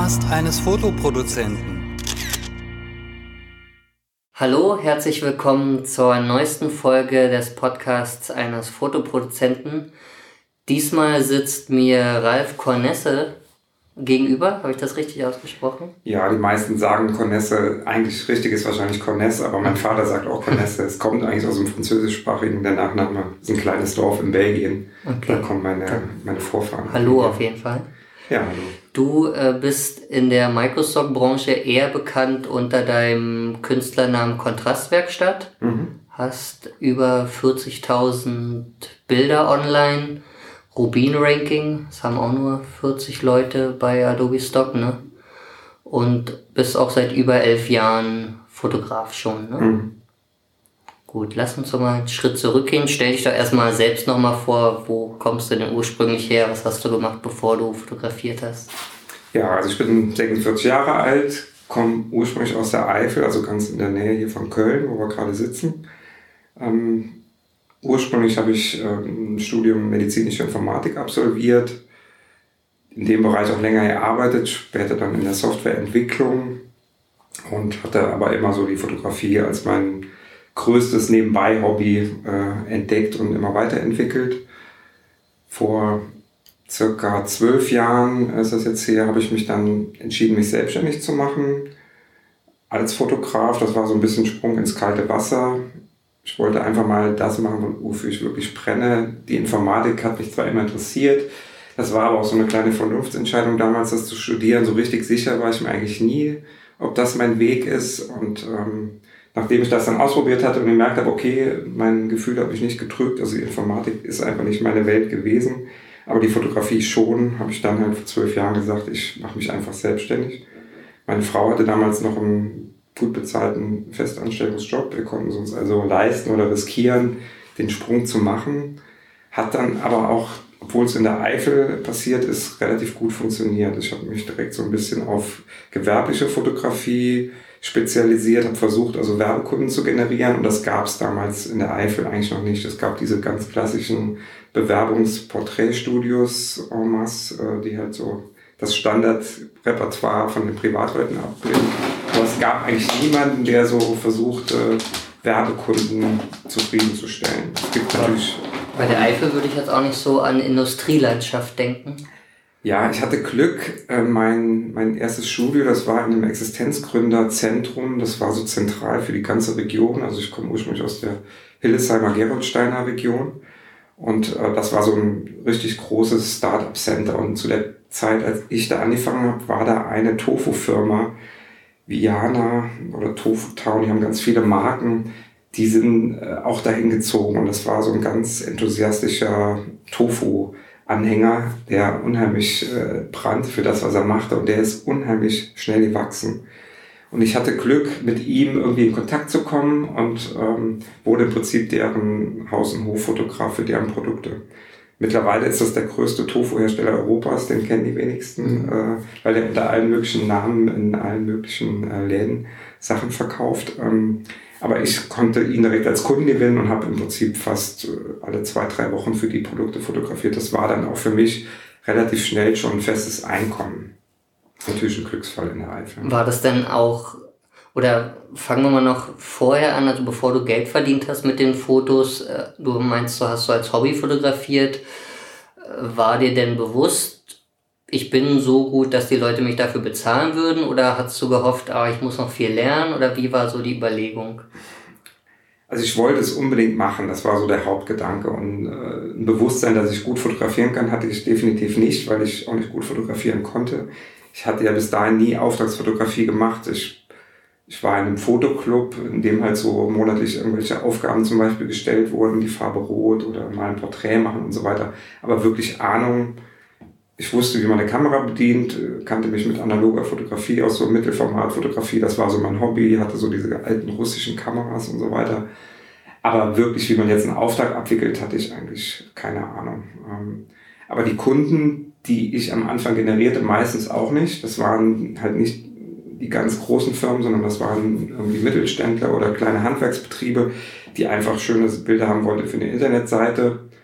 Podcast eines Fotoproduzenten. Hallo, herzlich willkommen zur neuesten Folge des Podcasts eines Fotoproduzenten. Diesmal sitzt mir Ralf Cornesse gegenüber. Habe ich das richtig ausgesprochen? Ja, die meisten sagen Cornesse. Eigentlich richtig ist wahrscheinlich Cornesse, aber mein Vater sagt auch Cornesse. Es kommt eigentlich aus dem Französischsprachigen, der Nachname ist ein kleines Dorf in Belgien. Okay. Da kommen meine Vorfahren. Hallo auf jeden Fall. Ja, hallo. Du bist in der Microsoft-Branche eher bekannt unter deinem Künstlernamen Kontrastwerkstatt. Hast über 40.000 Bilder online. Rubin-Ranking, das haben auch nur 40 Leute bei Adobe Stock, ne? Und bist auch seit über 11 Jahren Fotograf schon, ne? Gut, lass uns doch mal einen Schritt zurückgehen. Stell dich doch erstmal selbst nochmal vor, wo kommst du denn ursprünglich her? Was hast du gemacht, bevor du fotografiert hast? Ja, also ich bin 46 Jahre alt, komme ursprünglich aus der Eifel, also ganz in der Nähe hier von Köln, wo wir gerade sitzen. Ursprünglich habe ich ein Studium medizinische Informatik absolviert, in dem Bereich auch länger gearbeitet, später dann in der Softwareentwicklung und hatte aber immer so die Fotografie als mein größtes Nebenbei-Hobby entdeckt und immer weiterentwickelt. Vor circa 12 Jahren ist das jetzt her, habe ich mich dann entschieden, mich selbstständig zu machen als Fotograf. Das war so ein bisschen Sprung ins kalte Wasser. Ich wollte einfach mal das machen, wofür ich wirklich brenne. Die Informatik hat mich zwar immer interessiert, das war aber auch so eine kleine Vernunftsentscheidung damals, das zu studieren. So richtig sicher war ich mir eigentlich nie, ob das mein Weg ist. Und nachdem ich das dann ausprobiert hatte und gemerkt habe, okay, mein Gefühl habe ich nicht gedrückt, also die Informatik ist einfach nicht meine Welt gewesen, aber die Fotografie schon, habe ich dann halt vor 12 Jahren gesagt, ich mache mich einfach selbstständig. Meine Frau hatte damals noch einen gut bezahlten Festanstellungsjob. Wir konnten es uns also leisten oder riskieren, den Sprung zu machen. Hat dann aber auch, obwohl es in der Eifel passiert ist, relativ gut funktioniert. Ich habe mich direkt so ein bisschen auf gewerbliche Fotografie spezialisiert, habe versucht, also Werbekunden zu generieren und das gab es damals in der Eifel eigentlich noch nicht. Es gab diese ganz klassischen Bewerbungsporträtstudios en masse, die halt so das Standardrepertoire von den Privatleuten abbilden. Aber es gab eigentlich niemanden, der so versucht, Werbekunden zufriedenzustellen. Es gibt natürlich. Bei der Eifel würde ich jetzt auch nicht so an Industrielandschaft denken. Ja, ich hatte Glück. Mein erstes Studio, das war in einem Existenzgründerzentrum. Das war so zentral für die ganze Region. Also ich komme ursprünglich aus der Hillesheimer-Gerolsteiner Region. Und das war so ein richtig großes Start-up-Center. Und zu der Zeit, als ich da angefangen habe, war da eine Tofu-Firma, Viana oder Tofu Town, die haben ganz viele Marken, die sind auch dahin gezogen. Und das war so ein ganz enthusiastischer Tofu-Anhänger, der unheimlich brannte für das, was er machte. Und der ist unheimlich schnell gewachsen. Und ich hatte Glück, mit ihm irgendwie in Kontakt zu kommen und wurde im Prinzip deren Haus- und Hoffotograf für deren Produkte. Mittlerweile ist das der größte Tofu-Hersteller Europas, den kennen die wenigsten, weil er unter allen möglichen Namen in allen möglichen Läden Sachen verkauft. Aber ich konnte ihn direkt als Kunden gewinnen und habe im Prinzip fast alle 2-3 Wochen für die Produkte fotografiert. Das war dann auch für mich relativ schnell schon ein festes Einkommen. Natürlich ein Glücksfall in der Eifel. War das denn auch, oder fangen wir mal noch vorher an, also bevor du Geld verdient hast mit den Fotos, du meinst, du hast so als Hobby fotografiert, war dir denn bewusst, ich bin so gut, dass die Leute mich dafür bezahlen würden, oder hast du gehofft, ich muss noch viel lernen, oder wie war so die Überlegung? Also ich wollte es unbedingt machen, das war so der Hauptgedanke, und ein Bewusstsein, dass ich gut fotografieren kann, hatte ich definitiv nicht, weil ich auch nicht gut fotografieren konnte. Ich hatte ja bis dahin nie Auftragsfotografie gemacht. Ich war in einem Fotoclub, in dem halt so monatlich irgendwelche Aufgaben zum Beispiel gestellt wurden, die Farbe rot oder mal ein Porträt machen und so weiter. Aber wirklich Ahnung, ich wusste, wie man eine Kamera bedient, kannte mich mit analoger Fotografie aus, so Mittelformatfotografie, das war so mein Hobby, hatte so diese alten russischen Kameras und so weiter. Aber wirklich, wie man jetzt einen Auftrag abwickelt, hatte ich eigentlich keine Ahnung. Aber die Kunden, die ich am Anfang generierte, meistens auch nicht. Das waren halt nicht die ganz großen Firmen, sondern das waren irgendwie Mittelständler oder kleine Handwerksbetriebe, die einfach schöne Bilder haben wollten für eine Internetseite.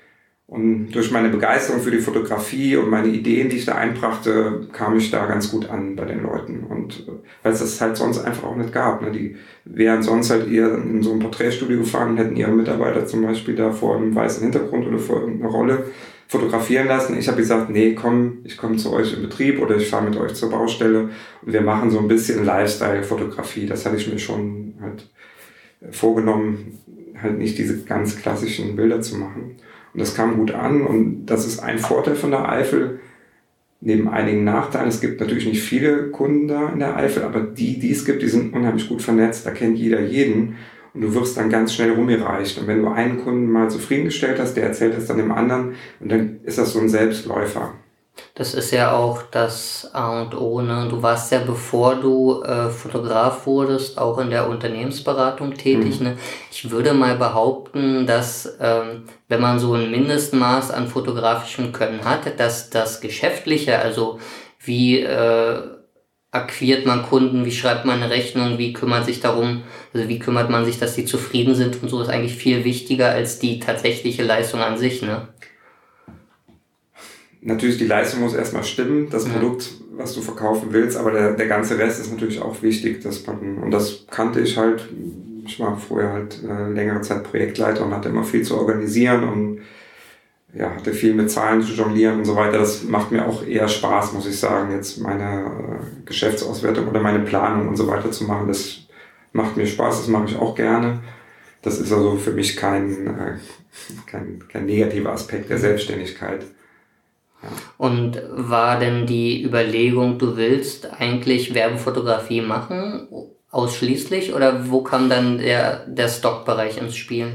Und durch meine Begeisterung für die Fotografie und meine Ideen, die ich da einbrachte, kam ich da ganz gut an bei den Leuten. Und weil es das halt sonst einfach auch nicht gab. Ne? Die wären sonst halt eher in so ein Porträtstudio gefahren und hätten ihre Mitarbeiter zum Beispiel da vor einem weißen Hintergrund oder vor irgendeiner Rolle fotografieren lassen. Ich habe gesagt, nee, komm, ich komme zu euch in Betrieb oder ich fahre mit euch zur Baustelle und wir machen so ein bisschen Lifestyle-Fotografie. Das hatte ich mir schon halt vorgenommen, halt nicht diese ganz klassischen Bilder zu machen. Und das kam gut an und das ist ein Vorteil von der Eifel, neben einigen Nachteilen. Es gibt natürlich nicht viele Kunden da in der Eifel, aber die es gibt, die sind unheimlich gut vernetzt, da kennt jeder jeden und du wirst dann ganz schnell rumgereicht. Und wenn du einen Kunden mal zufriedengestellt hast, der erzählt das dann dem anderen und dann ist das so ein Selbstläufer. Das ist ja auch das A und O, ne? Du warst ja, bevor du Fotograf wurdest, auch in der Unternehmensberatung tätig, ne? Ich würde mal behaupten, dass wenn man so ein Mindestmaß an fotografischem Können hat, dass das Geschäftliche, also wie akquiriert man Kunden, wie schreibt man eine Rechnung, wie kümmert man sich, dass sie zufrieden sind und so, ist eigentlich viel wichtiger als die tatsächliche Leistung an sich, ne? Natürlich, die Leistung muss erstmal stimmen, das Produkt, was du verkaufen willst, aber der ganze Rest ist natürlich auch wichtig, und das kannte ich halt. Ich war vorher halt längere Zeit Projektleiter und hatte immer viel zu organisieren und ja, hatte viel mit Zahlen zu jonglieren und so weiter. Das macht mir auch eher Spaß, muss ich sagen, jetzt meine Geschäftsauswertung oder meine Planung und so weiter zu machen. Das macht mir Spaß, das mache ich auch gerne. Das ist also für mich kein negativer Aspekt der Selbstständigkeit. Ja. Und war denn die Überlegung, du willst eigentlich Werbefotografie machen, ausschließlich, oder wo kam dann der Stockbereich ins Spiel?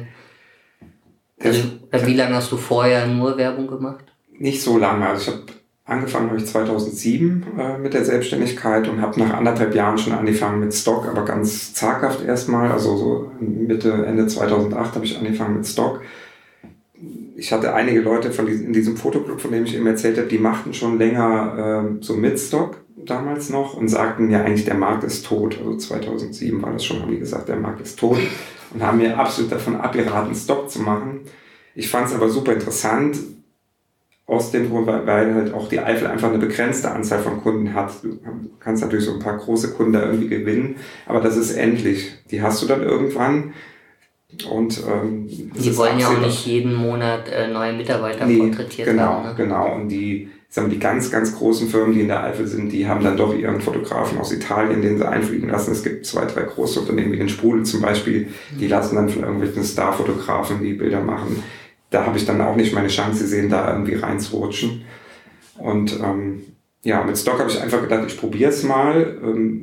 Wie lange hast du vorher nur Werbung gemacht? Nicht so lange. Also ich habe angefangen 2007 mit der Selbstständigkeit und habe nach 1,5 Jahren schon angefangen mit Stock, aber ganz zaghaft erstmal. Also so Ende 2008 habe ich angefangen mit Stock. Ich hatte einige Leute in diesem Fotoclub, von dem ich eben erzählt habe, die machten schon länger so mit Stock damals noch und sagten mir eigentlich, der Markt ist tot. Also 2007 war das schon, haben die gesagt, der Markt ist tot und haben mir absolut davon abgeraten, Stock zu machen. Ich fand es aber super interessant, aus dem Grund, weil halt auch die Eifel einfach eine begrenzte Anzahl von Kunden hat. Du kannst natürlich so ein paar große Kunden da irgendwie gewinnen, aber das ist endlich. Die hast du dann irgendwann. Und die wollen ja auch nicht jeden Monat neue Mitarbeiter porträtiert haben. Ne? Genau. Und die ganz, ganz großen Firmen, die in der Eifel sind, die haben dann doch ihren Fotografen aus Italien, den sie einfliegen lassen. Es gibt 2, 3 große Unternehmen wie den Sprudel zum Beispiel, die lassen dann von irgendwelchen Starfotografen die Bilder machen. Da habe ich dann auch nicht meine Chance gesehen, da irgendwie reinzurutschen. Und mit Stock habe ich einfach gedacht, ich probiere es mal,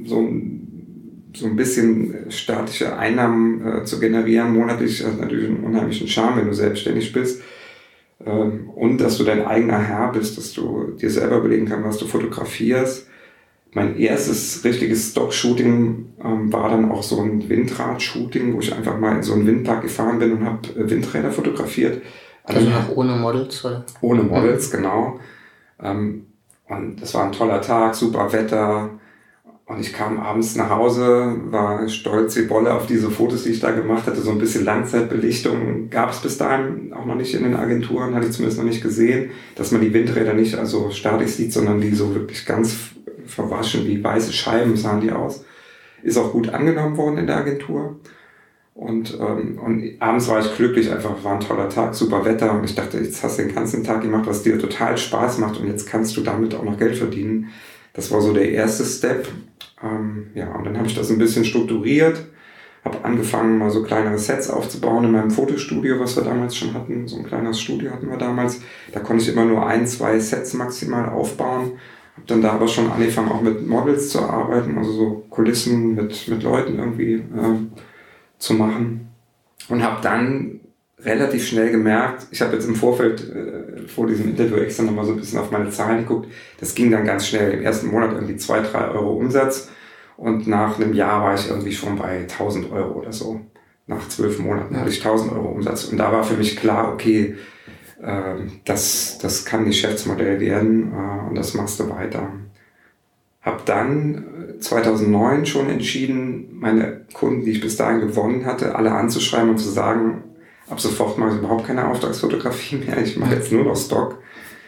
so ein bisschen staatliche Einnahmen zu generieren, monatlich, hat natürlich einen unheimlichen Charme, wenn du selbstständig bist. Und dass du dein eigener Herr bist, dass du dir selber überlegen kannst, was du fotografierst. Mein erstes richtiges Stock-Shooting war dann auch so ein Windrad-Shooting, wo ich einfach mal in so einen Windpark gefahren bin und habe Windräder fotografiert. Also noch ohne Models, oder? Ohne Models, genau. Und das war ein toller Tag, super Wetter. Und ich kam abends nach Hause, war stolz wie Bolle auf diese Fotos, die ich da gemacht hatte. So ein bisschen Langzeitbelichtung gab es bis dahin auch noch nicht in den Agenturen, hatte ich zumindest noch nicht gesehen, dass man die Windräder nicht also statisch sieht, sondern die so wirklich ganz verwaschen, wie weiße Scheiben sahen die aus. Ist auch gut angenommen worden in der Agentur. Und abends war ich glücklich, einfach war ein toller Tag, super Wetter. Und ich dachte, jetzt hast du den ganzen Tag gemacht, was dir total Spaß macht und jetzt kannst du damit auch noch Geld verdienen. Das war so der erste Step. Und dann habe ich das ein bisschen strukturiert, habe angefangen, mal so kleinere Sets aufzubauen in meinem Fotostudio, was wir damals schon hatten. So ein kleines Studio hatten wir damals. Da konnte ich immer nur 1, 2 Sets maximal aufbauen. Habe dann da aber schon angefangen, auch mit Models zu arbeiten, also so Kulissen mit Leuten irgendwie zu machen. Und habe dann relativ schnell gemerkt, ich habe jetzt im Vorfeld vor diesem Interview extra nochmal so ein bisschen auf meine Zahlen geguckt, das ging dann ganz schnell, im ersten Monat irgendwie 2, 3 Euro Umsatz und nach einem Jahr war ich irgendwie schon bei 1.000 Euro oder so. Nach 12 Monaten hatte ich 1.000 Euro Umsatz und da war für mich klar, okay, das kann ein Geschäftsmodell werden und das machst du weiter. Habe dann 2009 schon entschieden, meine Kunden, die ich bis dahin gewonnen hatte, alle anzuschreiben und zu sagen, ab sofort mache ich überhaupt keine Auftragsfotografie mehr. Ich mache jetzt nur noch Stock,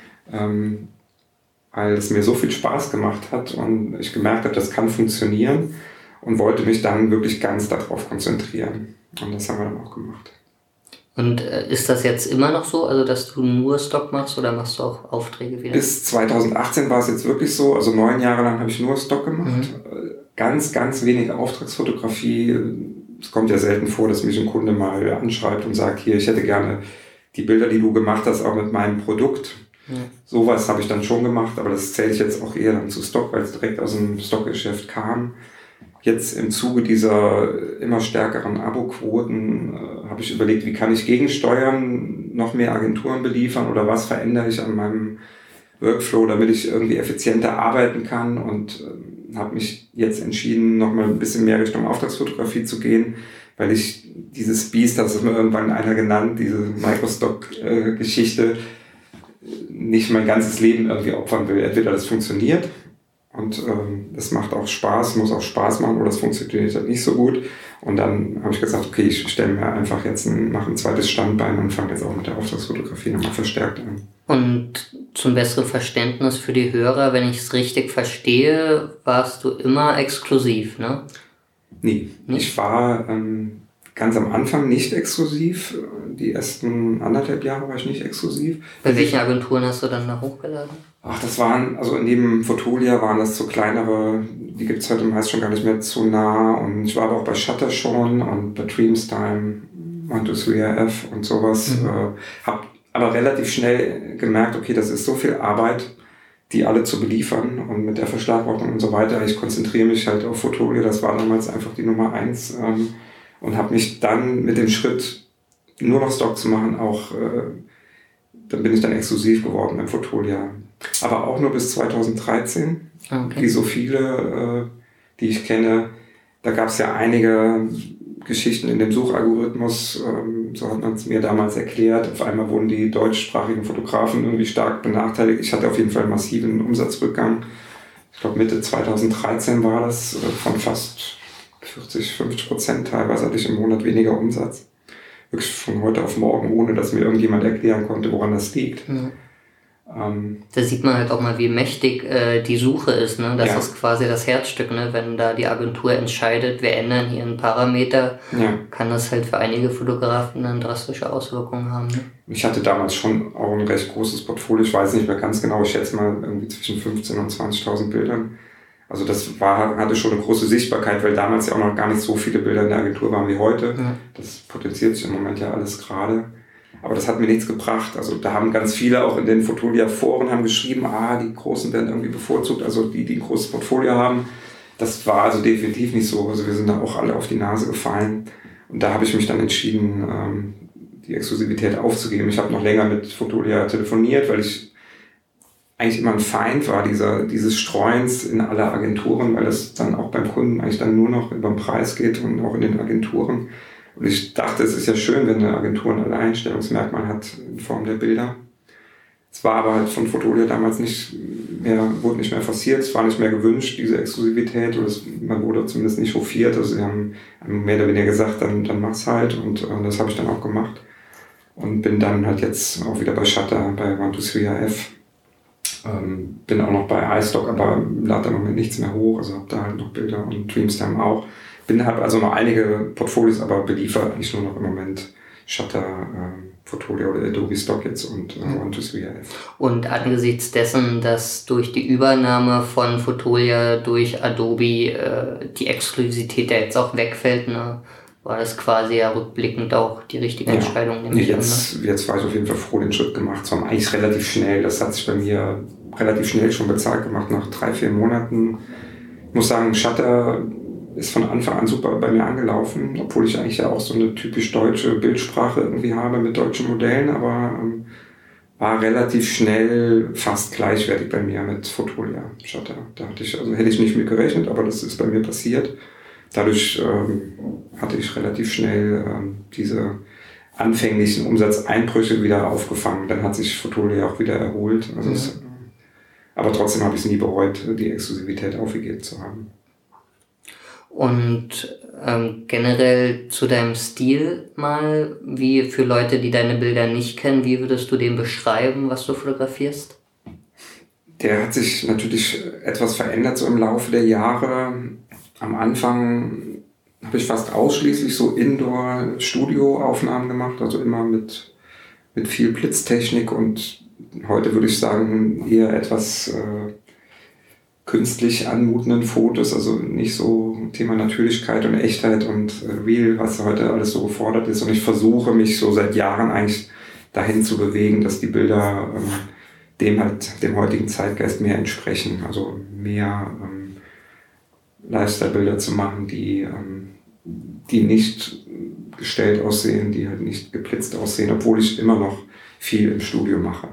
weil es mir so viel Spaß gemacht hat und ich gemerkt habe, das kann funktionieren und wollte mich dann wirklich ganz darauf konzentrieren. Und das haben wir dann auch gemacht. Und ist das jetzt immer noch so, also dass du nur Stock machst oder machst du auch Aufträge wieder? Bis 2018 war es jetzt wirklich so, also 9 Jahre lang habe ich nur Stock gemacht. Ganz, ganz wenig Auftragsfotografie. Es kommt ja selten vor, dass mich ein Kunde mal anschreibt und sagt, hier, ich hätte gerne die Bilder, die du gemacht hast, auch mit meinem Produkt. Ja. Sowas habe ich dann schon gemacht, aber das zähle ich jetzt auch eher dann zu Stock, weil es direkt aus dem Stockgeschäft kam. Jetzt im Zuge dieser immer stärkeren Abo-Quoten habe ich überlegt, wie kann ich gegensteuern, noch mehr Agenturen beliefern oder was verändere ich an meinem Workflow, damit ich irgendwie effizienter arbeiten kann und habe mich jetzt entschieden, nochmal ein bisschen mehr Richtung Auftragsfotografie zu gehen, weil ich dieses Biest, das ist mir irgendwann einer genannt, diese Microstock-Geschichte, nicht mein ganzes Leben irgendwie opfern will. Entweder das funktioniert und das macht auch Spaß, muss auch Spaß machen oder das funktioniert halt nicht so gut. Und dann habe ich gesagt, okay, ich stelle mir einfach jetzt mache ein zweites Standbein und fange jetzt auch mit der Auftragsfotografie nochmal verstärkt an. Und zum besseren Verständnis für die Hörer, wenn ich es richtig verstehe, warst du immer exklusiv, ne? Nee, ich war ganz am Anfang nicht exklusiv. Die ersten 1,5 Jahre war ich nicht exklusiv. Bei welchen Agenturen hast du dann da hochgeladen? Ach, das waren, also neben Fotolia waren das so kleinere, die gibt es heute meist schon gar nicht mehr so nah. Und ich war aber auch bei Shutter schon und bei Dreamstime, 123RF und sowas. Hab aber relativ schnell gemerkt, okay, das ist so viel Arbeit, die alle zu beliefern und mit der Verschlagwortung und so weiter. Ich konzentriere mich halt auf Fotolia, das war damals einfach die Nummer 1 und habe mich dann mit dem Schritt, nur noch Stock zu machen, auch, dann bin ich dann exklusiv geworden beim Fotolia. Aber auch nur bis 2013, wie so viele, die ich kenne. Da gab es ja einige Geschichten in dem Suchalgorithmus, so hat man es mir damals erklärt. Auf einmal wurden die deutschsprachigen Fotografen irgendwie stark benachteiligt. Ich hatte auf jeden Fall einen massiven Umsatzrückgang. Ich glaube Mitte 2013 war das, von fast 40-50%. Teilweise hatte ich im Monat weniger Umsatz. Wirklich von heute auf morgen, ohne dass mir irgendjemand erklären konnte, woran das liegt. Ja. Da sieht man halt auch mal, wie mächtig die Suche ist. Ne? Das ist quasi das Herzstück. Ne? Wenn da die Agentur entscheidet, wir ändern hier einen Parameter, kann das halt für einige Fotografen dann drastische Auswirkungen haben. Ne? Ich hatte damals schon auch ein recht großes Portfolio. Ich weiß nicht mehr ganz genau, ich schätze mal irgendwie zwischen 15.000 und 20.000 Bildern. Also das hatte schon eine große Sichtbarkeit, weil damals ja auch noch gar nicht so viele Bilder in der Agentur waren wie heute. Ja. Das potenziert sich im Moment ja alles gerade. Aber das hat mir nichts gebracht. Also da haben ganz viele auch in den Fotolia-Foren haben geschrieben, die Großen werden irgendwie bevorzugt, also die ein großes Portfolio haben. Das war also definitiv nicht so. Also wir sind da auch alle auf die Nase gefallen. Und da habe ich mich dann entschieden, die Exklusivität aufzugeben. Ich habe noch länger mit Fotolia telefoniert, weil ich eigentlich immer ein Feind war dieses Streuens in alle Agenturen, weil es dann auch beim Kunden eigentlich dann nur noch über den Preis geht und auch in den Agenturen. Und ich dachte, es ist ja schön, wenn eine Agentur ein Alleinstellungsmerkmal hat in Form der Bilder. Es war aber halt von Fotolia damals wurde nicht mehr forciert, es war nicht mehr gewünscht, diese Exklusivität, oder man wurde zumindest nicht hofiert. Also sie haben mehr oder weniger gesagt, dann mach's halt, und das habe ich dann auch gemacht. Und bin dann halt jetzt auch wieder bei Shutter, bei 123RF. Bin auch noch bei iStock, aber lade da im Moment nichts mehr hoch, also habe da halt noch Bilder, und Dreamstime auch. Habe also noch einige Portfolios, aber beliefere eigentlich nur noch im Moment Shutter, Fotolia oder Adobe Stock jetzt und 123RF. Und angesichts dessen, dass durch die Übernahme von Fotolia durch Adobe die Exklusivität ja jetzt auch wegfällt, ne, war das quasi ja rückblickend auch die richtige Entscheidung. Jetzt war ich auf jeden Fall froh, den Schritt gemacht zu haben. Eigentlich relativ schnell. Das hat sich bei mir relativ schnell schon bezahlt gemacht, nach 3-4 Monaten. Ich muss sagen, Shutter ist von Anfang an super bei mir angelaufen, obwohl ich eigentlich ja auch so eine typisch deutsche Bildsprache irgendwie habe mit deutschen Modellen, aber war relativ schnell fast gleichwertig bei mir mit Fotolia, Shutter. Da hätte ich nicht mit gerechnet, aber das ist bei mir passiert. Dadurch hatte ich relativ schnell diese anfänglichen Umsatzeinbrüche wieder aufgefangen. Dann hat sich Fotolia auch wieder erholt. Also aber trotzdem habe ich es nie bereut, die Exklusivität aufgegeben zu haben. Und generell zu deinem Stil mal, wie für Leute, die deine Bilder nicht kennen, wie würdest du den beschreiben, was du fotografierst? Der hat sich natürlich etwas verändert so im Laufe der Jahre. Am Anfang habe ich fast ausschließlich so Indoor-Studio-Aufnahmen gemacht, also immer mit viel Blitztechnik, und heute würde ich sagen eher etwas künstlich anmutenden Fotos, also nicht so Thema Natürlichkeit und Echtheit und Real, was heute alles so gefordert ist. Und ich versuche mich so seit Jahren eigentlich dahin zu bewegen, dass die Bilder dem heutigen Zeitgeist mehr entsprechen. Also mehr Lifestyle-Bilder zu machen, die nicht gestellt aussehen, die halt nicht geblitzt aussehen, obwohl ich immer noch viel im Studio mache.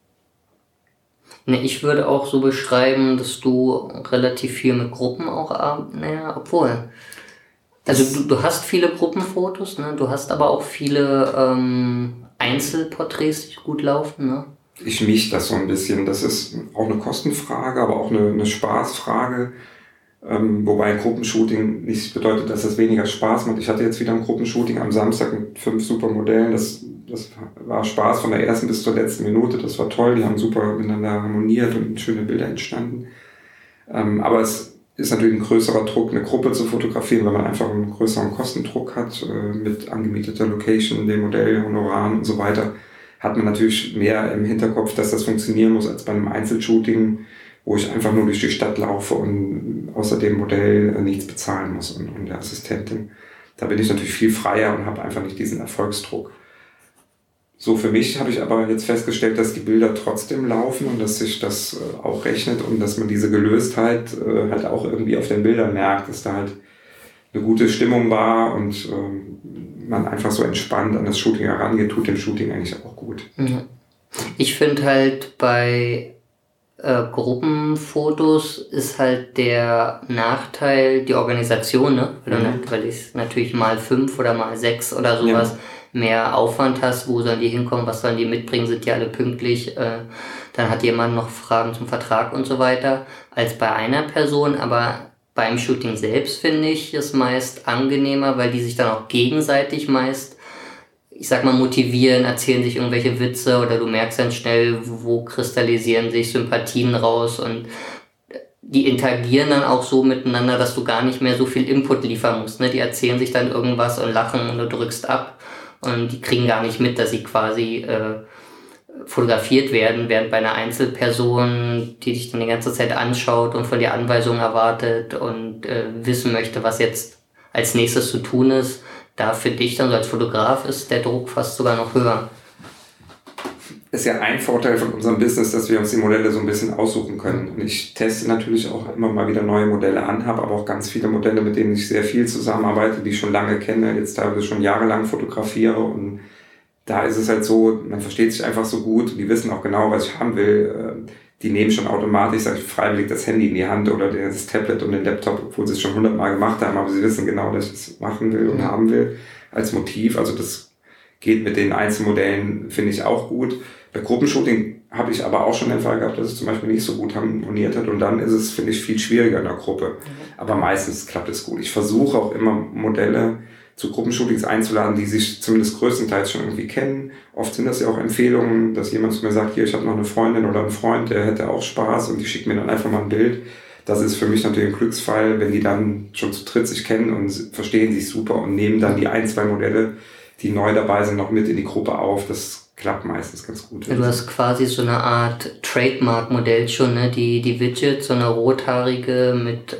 Ne, ich würde auch so beschreiben, dass du relativ viel mit Gruppen auch obwohl. Also du hast viele Gruppenfotos, ne? Du hast aber auch viele Einzelporträts, die gut laufen, ne? Ich mische das so ein bisschen. Das ist auch eine Kostenfrage, aber auch eine Spaßfrage. Wobei ein Gruppenshooting nicht bedeutet, dass es weniger Spaß macht. Ich hatte jetzt wieder ein Gruppenshooting am Samstag mit 5 super Modellen. Das war Spaß von der ersten bis zur letzten Minute. Das war toll. Die haben super miteinander harmoniert und schöne Bilder entstanden. Aber es ist natürlich ein größerer Druck, eine Gruppe zu fotografieren, weil man einfach einen größeren Kostendruck hat mit angemieteter Location, dem Modell, Honoraren und so weiter. Hat man natürlich mehr im Hinterkopf, dass das funktionieren muss als bei einem Einzelshooting, wo ich einfach nur durch die Stadt laufe und außer dem Modell nichts bezahlen muss und der Assistentin. Da bin ich natürlich viel freier und habe einfach nicht diesen Erfolgsdruck. So, für mich habe ich aber jetzt festgestellt, dass die Bilder trotzdem laufen und dass sich das auch rechnet und dass man diese Gelöstheit halt auch irgendwie auf den Bildern merkt, dass da halt eine gute Stimmung war und man einfach so entspannt an das Shooting herangeht, tut dem Shooting eigentlich auch gut. Ich finde halt bei Gruppenfotos ist halt der Nachteil die Organisation, ne? Weil ich natürlich mal 5 oder mal 6 oder sowas mehr Aufwand hast, wo sollen die hinkommen, was sollen die mitbringen, sind die alle pünktlich, dann hat jemand noch Fragen zum Vertrag und so weiter, als bei einer Person. Aber beim Shooting selbst finde ich es meist angenehmer, weil die sich dann auch gegenseitig meist, ich sag mal, motivieren, erzählen sich irgendwelche Witze oder du merkst dann schnell, wo kristallisieren sich Sympathien raus und die interagieren dann auch so miteinander, dass du gar nicht mehr so viel Input liefern musst, ne? Die erzählen sich dann irgendwas und lachen und du drückst ab und die kriegen gar nicht mit, dass sie quasi fotografiert werden, während bei einer Einzelperson, die dich dann die ganze Zeit anschaut und von dir Anweisungen erwartet und wissen möchte, was jetzt als nächstes zu tun ist, da für dich dann so als Fotograf ist der Druck fast sogar noch höher. Ist ja ein Vorteil von unserem Business, dass wir uns die Modelle so ein bisschen aussuchen können. Und ich teste natürlich auch immer mal wieder neue Modelle an, habe aber auch ganz viele Modelle, mit denen ich sehr viel zusammenarbeite, die ich schon lange kenne, jetzt teilweise schon jahrelang fotografiere. Und da ist es halt so, man versteht sich einfach so gut und die wissen auch genau, was ich haben will. Die nehmen schon automatisch, sage ich, freiwillig das Handy in die Hand oder das Tablet und den Laptop, obwohl sie es schon 100-mal gemacht haben, aber sie wissen genau, dass ich es machen will und haben will als Motiv. Also das geht mit den Einzelmodellen, finde ich, auch gut. Bei Gruppenshooting habe ich aber auch schon den Fall gehabt, dass es zum Beispiel nicht so gut harmoniert hat und dann ist es, finde ich, viel schwieriger in der Gruppe. Aber meistens klappt es gut. Ich versuche auch immer Modelle zu Gruppenshootings einzuladen, die sich zumindest größtenteils schon irgendwie kennen. Oft sind das ja auch Empfehlungen, dass jemand zu mir sagt, hier, ich habe noch eine Freundin oder einen Freund, der hätte auch Spaß und die schickt mir dann einfach mal ein Bild. Das ist für mich natürlich ein Glücksfall, wenn die dann schon zu dritt sich kennen und verstehen sich super und nehmen dann die 1, 2 Modelle, die neu dabei sind, noch mit in die Gruppe auf. Das klappt meistens ganz gut. Ja, du hast quasi so eine Art Trademark-Modell schon, ne? Die Widget, so eine rothaarige mit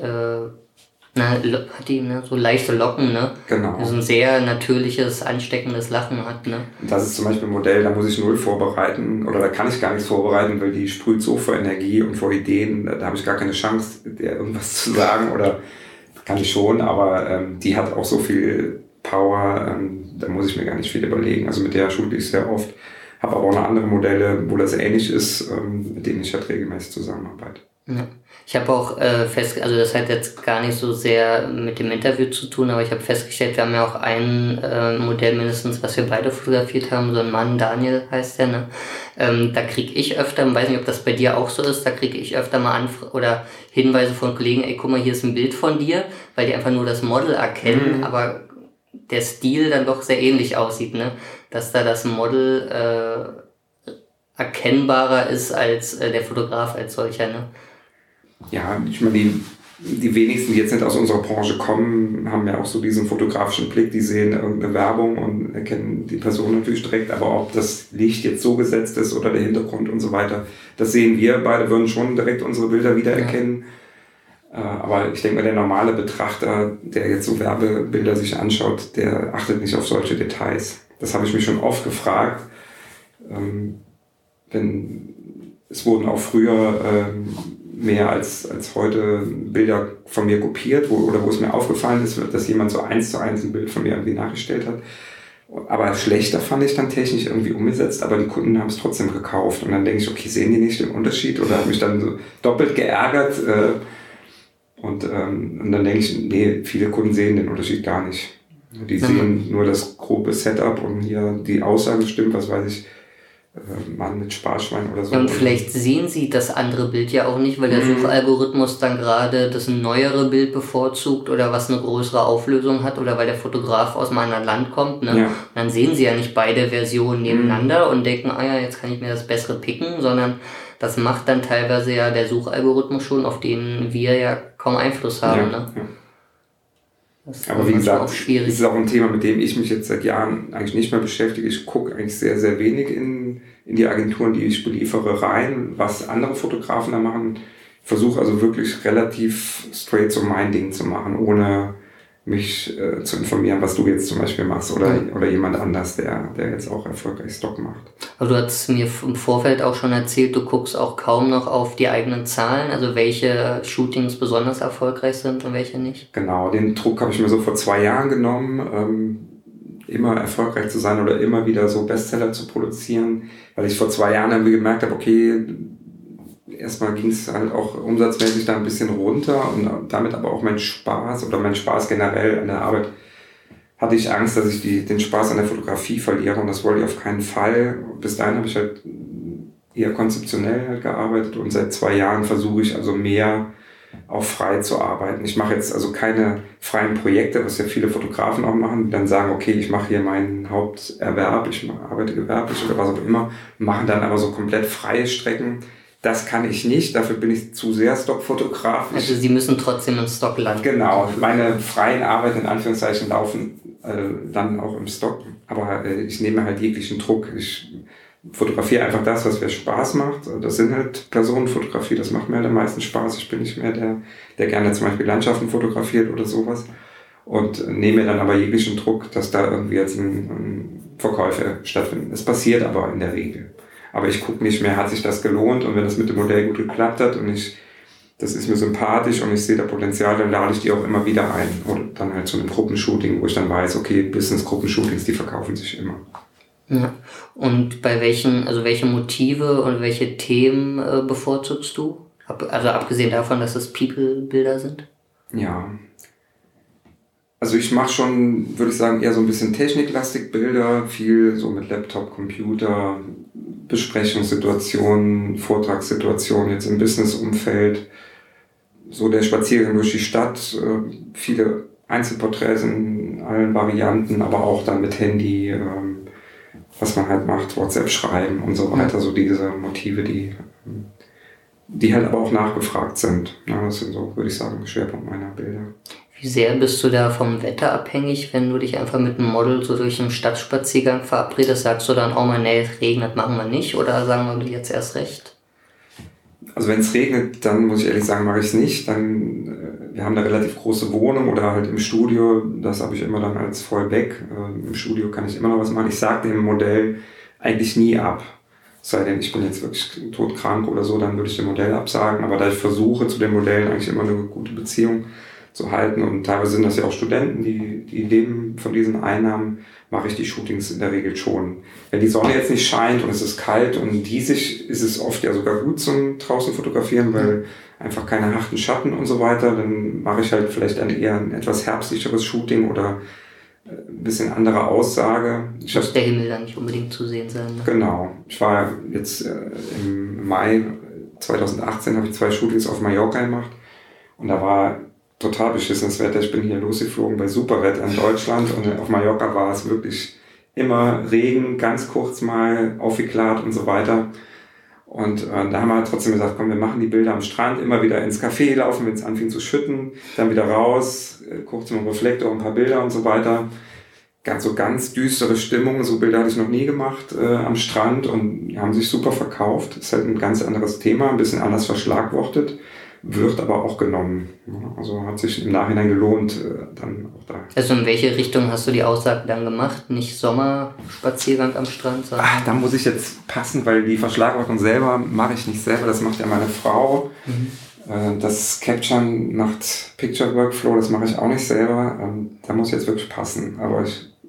hat die so leichte Locken, ne? Genau. Also ein sehr natürliches, ansteckendes Lachen hat, ne? Das ist zum Beispiel ein Modell, da muss ich 0 vorbereiten oder da kann ich gar nichts vorbereiten, weil die sprüht so vor Energie und vor Ideen, da habe ich gar keine Chance, der irgendwas zu sagen oder kann ich schon, aber die hat auch so viel Power, da muss ich mir gar nicht viel überlegen. Also mit der shoote ich sehr oft, habe aber auch noch andere Modelle, wo das ähnlich ist, mit denen ich halt regelmäßig zusammenarbeite. Ja. Ich habe auch also das hat jetzt gar nicht so sehr mit dem Interview zu tun, aber ich habe festgestellt, wir haben ja auch ein Modell mindestens, was wir beide fotografiert haben, so ein Mann, Daniel heißt der, ne? Da kriege ich öfter, weiß nicht, ob das bei dir auch so ist, da kriege ich öfter mal oder Hinweise von Kollegen, ey, guck mal, hier ist ein Bild von dir, weil die einfach nur das Model erkennen, aber der Stil dann doch sehr ähnlich aussieht, ne? Dass da das Model erkennbarer ist als der Fotograf als solcher, ne? Ja, ich meine, die wenigsten, die jetzt nicht aus unserer Branche kommen, haben ja auch so diesen fotografischen Blick, die sehen irgendeine Werbung und erkennen die Person natürlich direkt, aber ob das Licht jetzt so gesetzt ist oder der Hintergrund und so weiter, das sehen wir beide, würden schon direkt unsere Bilder wiedererkennen. Ja. Aber ich denke mal, der normale Betrachter, der jetzt so Werbebilder sich anschaut, der achtet nicht auf solche Details. Das habe ich mich schon oft gefragt. Denn es wurden auch früher mehr als heute Bilder von mir kopiert, wo es mir aufgefallen ist, dass jemand so 1:1 ein Bild von mir irgendwie nachgestellt hat. Aber schlechter fand ich dann technisch irgendwie umgesetzt, aber die Kunden haben es trotzdem gekauft. Und dann denke ich, okay, sehen die nicht den Unterschied? Oder habe mich dann so doppelt geärgert. Und dann denke ich, nee, viele Kunden sehen den Unterschied gar nicht. Die sehen nur das grobe Setup und hier die Aussage stimmt, was weiß ich, Mann mit Sparschwein oder so. Und vielleicht sehen sie das andere Bild ja auch nicht, weil der Suchalgorithmus dann gerade das neuere Bild bevorzugt oder was eine größere Auflösung hat oder weil der Fotograf aus einem anderen Land kommt. Ne? Ja. Dann sehen sie ja nicht beide Versionen nebeneinander und denken, ah ja, jetzt kann ich mir das bessere picken, sondern das macht dann teilweise ja der Suchalgorithmus schon, auf den wir ja kaum Einfluss haben. Ja, ne? Ja. Aber wie gesagt, das ist auch ein Thema, mit dem ich mich jetzt seit Jahren eigentlich nicht mehr beschäftige. Ich gucke eigentlich sehr, sehr wenig in die Agenturen, die ich beliefere, rein, was andere Fotografen da machen. Ich versuche also wirklich relativ straight so mein Ding zu machen, ohne mich zu informieren, was du jetzt zum Beispiel machst oder jemand anders, der jetzt auch erfolgreich Stock macht. Aber du hast mir im Vorfeld auch schon erzählt, du guckst auch kaum noch auf die eigenen Zahlen, also welche Shootings besonders erfolgreich sind und welche nicht? Genau, den Druck habe ich mir so vor 2 Jahren genommen, immer erfolgreich zu sein oder immer wieder so Bestseller zu produzieren, weil ich vor 2 Jahren irgendwie gemerkt habe, okay, erstmal ging es halt auch umsatzmäßig da ein bisschen runter und damit aber auch mein Spaß generell an der Arbeit, hatte ich Angst, dass ich den Spaß an der Fotografie verliere und das wollte ich auf keinen Fall. Bis dahin habe ich halt eher konzeptionell halt gearbeitet und seit 2 Jahren versuche ich also mehr auch frei zu arbeiten. Ich mache jetzt also keine freien Projekte, was ja viele Fotografen auch machen, die dann sagen, okay, ich mache hier meinen Haupterwerb, ich arbeite gewerblich oder was auch immer, machen dann aber so komplett freie Strecken. Das kann ich nicht, dafür bin ich zu sehr stockfotografisch. Also Sie müssen trotzdem im Stock landen. Genau, meine freien Arbeiten in Anführungszeichen laufen dann auch im Stock, aber ich nehme halt jeglichen Druck. Ich fotografiere einfach das, was mir Spaß macht. Das sind halt Personenfotografie, das macht mir halt am meisten Spaß. Ich bin nicht mehr der gerne zum Beispiel Landschaften fotografiert oder sowas und nehme dann aber jeglichen Druck, dass da irgendwie jetzt Verkäufe stattfinden. Es passiert aber in der Regel. Aber ich gucke nicht mehr, hat sich das gelohnt und wenn das mit dem Modell gut geklappt hat und das ist mir sympathisch und ich sehe da Potenzial, dann lade ich die auch immer wieder ein. Oder dann halt zu einem Gruppenshooting, wo ich dann weiß, okay, Business-Gruppenshootings, die verkaufen sich immer. Ja. Und welche Motive und welche Themen bevorzugst du? Also abgesehen davon, dass es People-Bilder sind? Ja. Also ich mache schon, würde ich sagen, eher so ein bisschen techniklastig Bilder, viel so mit Laptop, Computer, Besprechungssituationen, Vortragssituationen jetzt im Business-Umfeld, so der Spaziergang durch die Stadt, viele Einzelporträts in allen Varianten, aber auch dann mit Handy, was man halt macht, WhatsApp schreiben und so weiter, so diese Motive, die halt aber auch nachgefragt sind. Ja, das sind so, würde ich sagen, Schwerpunkt meiner Bilder. Wie sehr bist du da vom Wetter abhängig, wenn du dich einfach mit einem Model so durch einen Stadtspaziergang verabredest? Sagst du dann, oh man, nee, es regnet, machen wir nicht? Oder sagen wir jetzt erst recht? Also wenn es regnet, dann muss ich ehrlich sagen, mache ich es nicht. Wir haben eine relativ große Wohnung oder halt im Studio, das habe ich immer dann als Fallback. Im Studio kann ich immer noch was machen. Ich sage dem Modell eigentlich nie ab. Sei denn, ich bin jetzt wirklich todkrank oder so, dann würde ich dem Modell absagen. Aber da ich versuche, zu den Modellen eigentlich immer eine gute Beziehung zu halten. Und teilweise sind das ja auch Studenten, die leben von diesen Einnahmen, mache ich die Shootings in der Regel schon. Wenn die Sonne jetzt nicht scheint und es ist kalt und diesig, ist es oft ja sogar gut zum draußen fotografieren, weil einfach keine harten Schatten und so weiter. Dann mache ich halt vielleicht eher ein etwas herbstlicheres Shooting oder ein bisschen andere Aussage. Muss der Himmel dann nicht unbedingt zu sehen sein. Ne? Genau. Ich war jetzt im Mai 2018 habe ich 2 Shootings auf Mallorca gemacht und da war total beschissenes Wetter. Ich bin hier losgeflogen bei Superwetter in Deutschland und auf Mallorca war es wirklich immer Regen, ganz kurz mal aufgeklärt und so weiter. Und da haben wir trotzdem gesagt, komm, wir machen die Bilder am Strand, immer wieder ins Café laufen, wenn es anfing zu schütten, dann wieder raus, kurz mit dem Reflektor, ein paar Bilder und so weiter. Ganz düstere Stimmung, so Bilder hatte ich noch nie gemacht am Strand und die haben sich super verkauft. Das ist halt ein ganz anderes Thema, ein bisschen anders verschlagwortet, wird aber auch genommen. Also hat sich im Nachhinein gelohnt, dann auch da. Also in welche Richtung hast du die Aussage dann gemacht? Nicht Sommerspaziergang am Strand, sondern... Da muss ich jetzt passen, weil die Verschlagwortung selber mache ich nicht selber, das macht ja meine Frau. Das Capturen macht Picture Workflow, das mache ich auch nicht selber. Da muss ich jetzt wirklich passen. Aber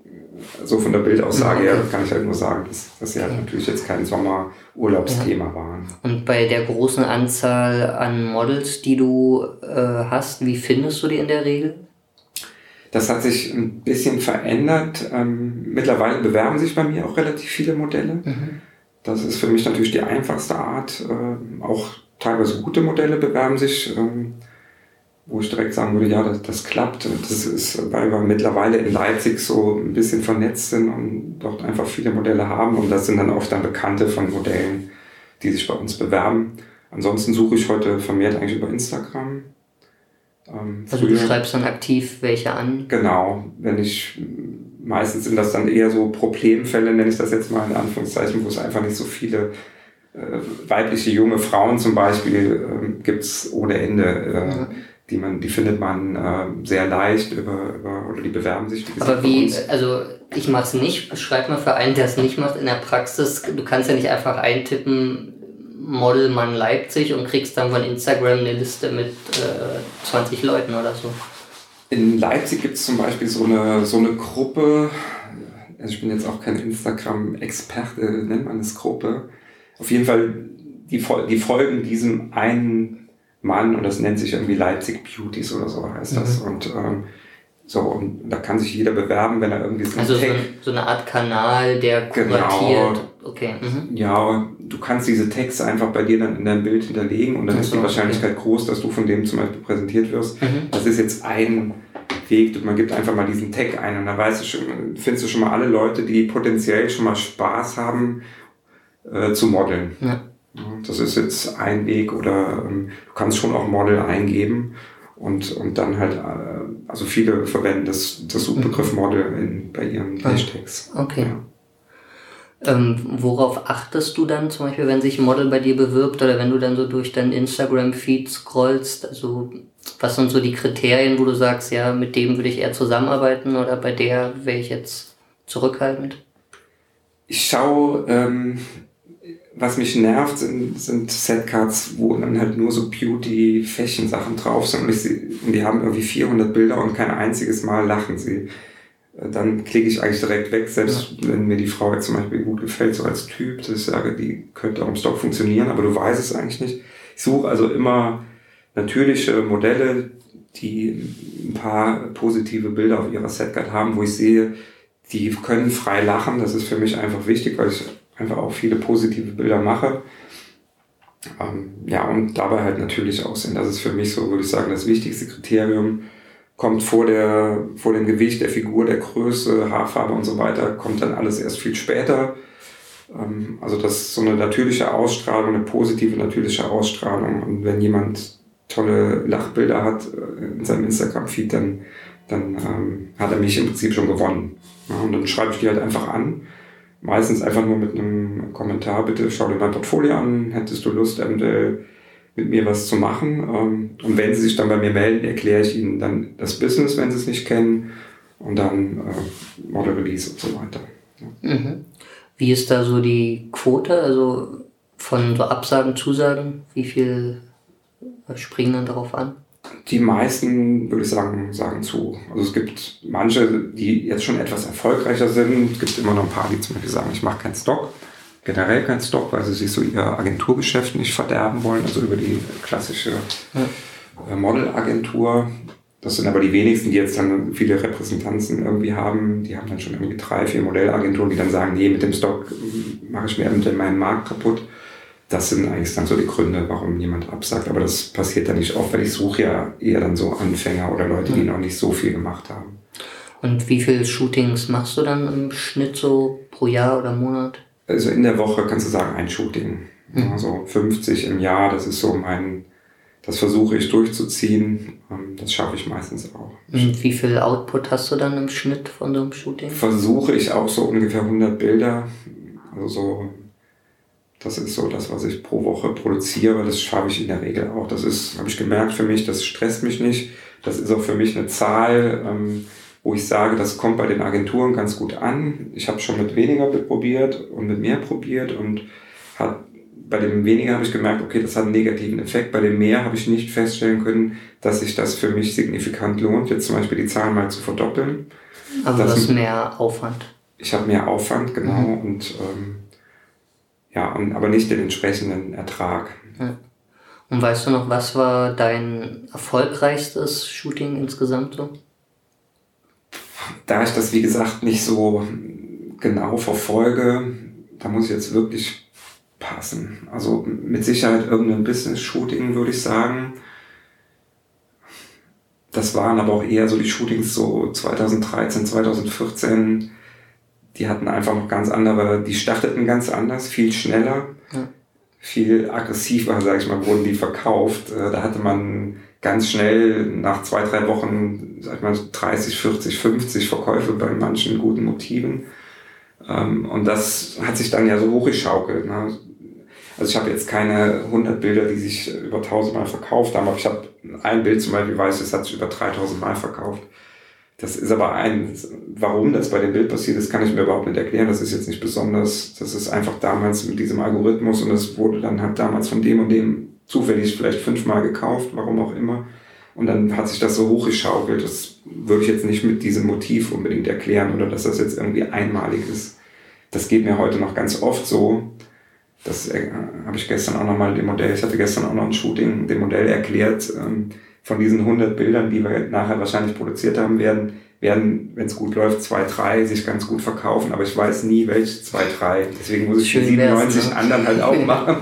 so von der Bildaussage her kann ich halt nur sagen, dass sie halt natürlich jetzt kein Sommerurlaubsthema waren. Und bei der großen Anzahl an Models, die du hast, wie findest du die in der Regel? Das hat sich ein bisschen verändert. Mittlerweile bewerben sich bei mir auch relativ viele Modelle. Das ist für mich natürlich die einfachste Art. Auch teilweise gute Modelle bewerben sich, wo ich direkt sagen würde, ja, das klappt. Das ist, weil wir mittlerweile in Leipzig so ein bisschen vernetzt sind und dort einfach viele Modelle haben. Und das sind dann oft dann Bekannte von Modellen, die sich bei uns bewerben. Ansonsten suche ich heute vermehrt eigentlich über Instagram. Also du schreibst dann aktiv welche an? Genau. Meistens sind das dann eher so Problemfälle, nenne ich das jetzt mal in Anführungszeichen, wo es einfach nicht so viele weibliche junge Frauen zum Beispiel gibt's ohne Ende. Die findet man sehr leicht oder die bewerben sich. Aber also ich mache es nicht, beschreib mal für einen, der es nicht macht in der Praxis, du kannst ja nicht einfach eintippen, Modelmann Leipzig und kriegst dann von Instagram eine Liste mit 20 Leuten oder so. In Leipzig gibt es zum Beispiel so eine Gruppe, also ich bin jetzt auch kein Instagram-Experte, nennt man das Gruppe. Auf jeden Fall, die folgen diesem einen Mann und das nennt sich irgendwie Leipzig Beauties oder so heißt das. Und und da kann sich jeder bewerben, wenn er irgendwie so so eine Art Kanal, der kuratiert. Genau. Okay. Ja, du kannst diese Texte einfach bei dir dann in dein Bild hinterlegen und dann ist die Wahrscheinlichkeit groß, dass du von dem zum Beispiel präsentiert wirst. Das ist jetzt ein Weg, man gibt einfach mal diesen Tag ein und dann findest du schon mal alle Leute, die potenziell schon mal Spaß haben zu modeln. Ja. Das ist jetzt ein Weg oder du kannst schon auch Model eingeben und dann halt, also viele verwenden das Suchbegriff Model bei ihren Hashtags. Okay. Ja. Worauf achtest du dann zum Beispiel, wenn sich ein Model bei dir bewirbt oder wenn du dann so durch deinen Instagram-Feed scrollst? Also was sind so die Kriterien, wo du sagst, ja, mit dem würde ich eher zusammenarbeiten oder bei der wäre ich jetzt zurückhaltend? Ich schaue, was mich nervt, sind Setcards, wo dann halt nur so Beauty-Fashion-Sachen drauf sind und die haben irgendwie 400 Bilder und kein einziges Mal lachen sie. Dann klicke ich eigentlich direkt weg, selbst wenn mir die Frau jetzt zum Beispiel gut gefällt, so als Typ, dass ich sage, die könnte auch im Stock funktionieren, aber du weißt es eigentlich nicht. Ich suche also immer natürliche Modelle, die ein paar positive Bilder auf ihrer Setcard haben, wo ich sehe, die können frei lachen. Das ist für mich einfach wichtig, weil ich einfach auch viele positive Bilder mache. Und dabei halt natürlich aussehen. Das ist für mich so, würde ich sagen, das wichtigste Kriterium. Kommt vor dem Gewicht der Figur, der Größe, Haarfarbe und so weiter, kommt dann alles erst viel später. Also das ist so eine natürliche Ausstrahlung, eine positive natürliche Ausstrahlung. Und wenn jemand tolle Lachbilder hat in seinem Instagram-Feed, dann hat er mich im Prinzip schon gewonnen. Ja, und dann schreibe ich die halt einfach an. Meistens einfach nur mit einem Kommentar, bitte schau dir mein Portfolio an, hättest du Lust, eventuell mit mir was zu machen. Und wenn sie sich dann bei mir melden, erkläre ich ihnen dann das Business, wenn sie es nicht kennen. Und dann Model Release und so weiter. Ja. Wie ist da so die Quote, also von so Absagen, Zusagen? Wie viel springen dann darauf an? Die meisten, würde ich sagen zu. Also es gibt manche, die jetzt schon etwas erfolgreicher sind. Es gibt immer noch ein paar, die zum Beispiel sagen, ich mache keinen Stock. Generell keinen Stock, weil sie sich so ihr Agenturgeschäft nicht verderben wollen. Also über die klassische Modelagentur. Das sind aber die wenigsten, die jetzt dann viele Repräsentanzen irgendwie haben. Die haben dann schon irgendwie 3, 4 Modellagenturen, die dann sagen, nee, mit dem Stock mache ich mir meinen Markt kaputt. Das sind eigentlich dann so die Gründe, warum jemand absagt. Aber das passiert dann nicht oft, weil ich suche ja eher dann so Anfänger oder Leute, die noch nicht so viel gemacht haben. Und wie viele Shootings machst du dann im Schnitt so pro Jahr oder Monat? Also in der Woche kannst du sagen, ein Shooting. Also 50 im Jahr, das ist so das versuche ich durchzuziehen. Das schaffe ich meistens auch. Und wie viel Output hast du dann im Schnitt von so einem Shooting? Versuche ich auch so ungefähr 100 Bilder. Also das ist so das, was ich pro Woche produziere. Das schaffe ich in der Regel auch. Das habe ich gemerkt für mich, das stresst mich nicht. Das ist auch für mich eine Zahl, wo ich sage, das kommt bei den Agenturen ganz gut an. Ich habe schon mit weniger probiert und mit mehr probiert und bei dem weniger habe ich gemerkt, okay, das hat einen negativen Effekt. Bei dem mehr habe ich nicht feststellen können, dass sich das für mich signifikant lohnt, jetzt zum Beispiel die Zahlen mal zu verdoppeln. Aber das ist mehr Aufwand. Ich habe mehr Aufwand, genau, und aber nicht den entsprechenden Ertrag. Ja. Und weißt du noch, was war dein erfolgreichstes Shooting insgesamt so? Da ich das, wie gesagt, nicht so genau verfolge, da muss ich jetzt wirklich passen. Also mit Sicherheit irgendein Business-Shooting, würde ich sagen. Das waren aber auch eher so die Shootings so 2013, 2014. Die hatten einfach noch ganz andere, die starteten ganz anders, viel schneller, viel aggressiver, sage ich mal, wurden die verkauft. Da hatte man ganz schnell nach 2, 3 Wochen, sag ich mal, 30, 40, 50 Verkäufe bei manchen guten Motiven. Und das hat sich dann ja so hochgeschaukelt. Ne? Also ich habe jetzt keine 100 Bilder, die sich über 1000 Mal verkauft haben, aber ich habe ein Bild zum Beispiel, weiß, das hat sich über 3000 Mal verkauft. Das ist aber warum das bei dem Bild passiert ist, kann ich mir überhaupt nicht erklären. Das ist jetzt nicht besonders, das ist einfach damals mit diesem Algorithmus und das wurde dann halt damals von dem und dem zufällig vielleicht 5-mal gekauft, warum auch immer. Und dann hat sich das so hochgeschaukelt. Das würde ich jetzt nicht mit diesem Motiv unbedingt erklären oder dass das jetzt irgendwie einmalig ist. Das geht mir heute noch ganz oft so. Das habe ich gestern auch nochmal ich hatte gestern auch noch ein Shooting, dem Modell erklärt, von diesen 100 Bildern, die wir nachher wahrscheinlich produziert haben, werden, wenn es gut läuft, 2, 3 sich ganz gut verkaufen, aber ich weiß nie, welche 2, 3. Deswegen muss ich die 97 anderen halt auch machen.